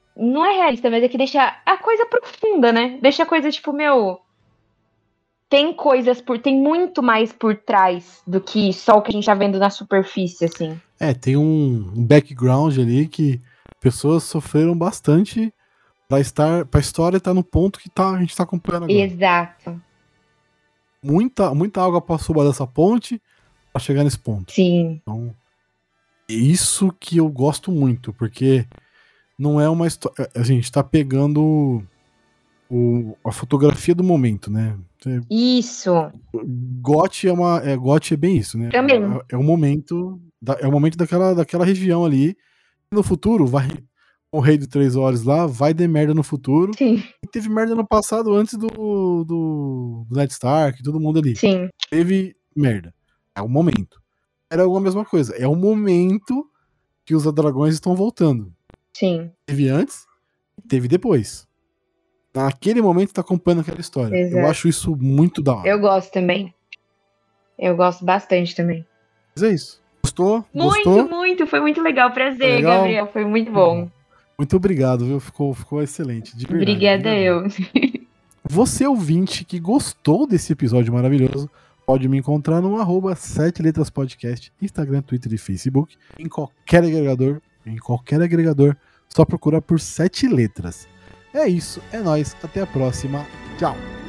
Não é realista, mas é que deixa a coisa profunda, né? Deixa a coisa, tipo, meu... Tem coisas por... Tem muito mais por trás do que só o que a gente tá vendo na superfície, assim. É, tem um, um background ali que pessoas sofreram bastante pra estar, pra história estar no ponto que tá, a gente tá acompanhando agora. Exato. Muita, muita água passou por essa ponte pra chegar nesse ponto. Sim. Então, é isso que eu gosto muito, porque não é uma história. A gente tá pegando o, a fotografia do momento, né? Você, Isso. Gotti é uma. É, Gotti é bem isso, né? Também. É, é o momento. Da, é o momento daquela, daquela região ali. No futuro, vai. O Rei de Três Horas lá, vai ter merda no futuro. Sim. E teve merda no passado antes do, do, do Ned Stark, todo mundo ali. Sim. Teve merda. É o momento. Era a mesma coisa. É o momento que os dragões estão voltando. Sim. Teve antes, teve depois. Naquele momento tá acompanhando aquela história. Exato. Eu acho isso muito da hora. Eu gosto também. Eu gosto bastante também. Mas é isso. Gostou? Muito, Gostou? muito. Foi muito legal. Prazer, Legal? Gabriel. Foi muito bom. Muito obrigado, viu? Ficou, ficou excelente. De verdade. Obrigada eu. Você, ouvinte, que gostou desse episódio maravilhoso, pode me encontrar no arroba sete letras podcast, Instagram, Twitter e Facebook, em qualquer agregador, em qualquer agregador, só procurar por sete letras. É isso, é nóis, até a próxima, tchau!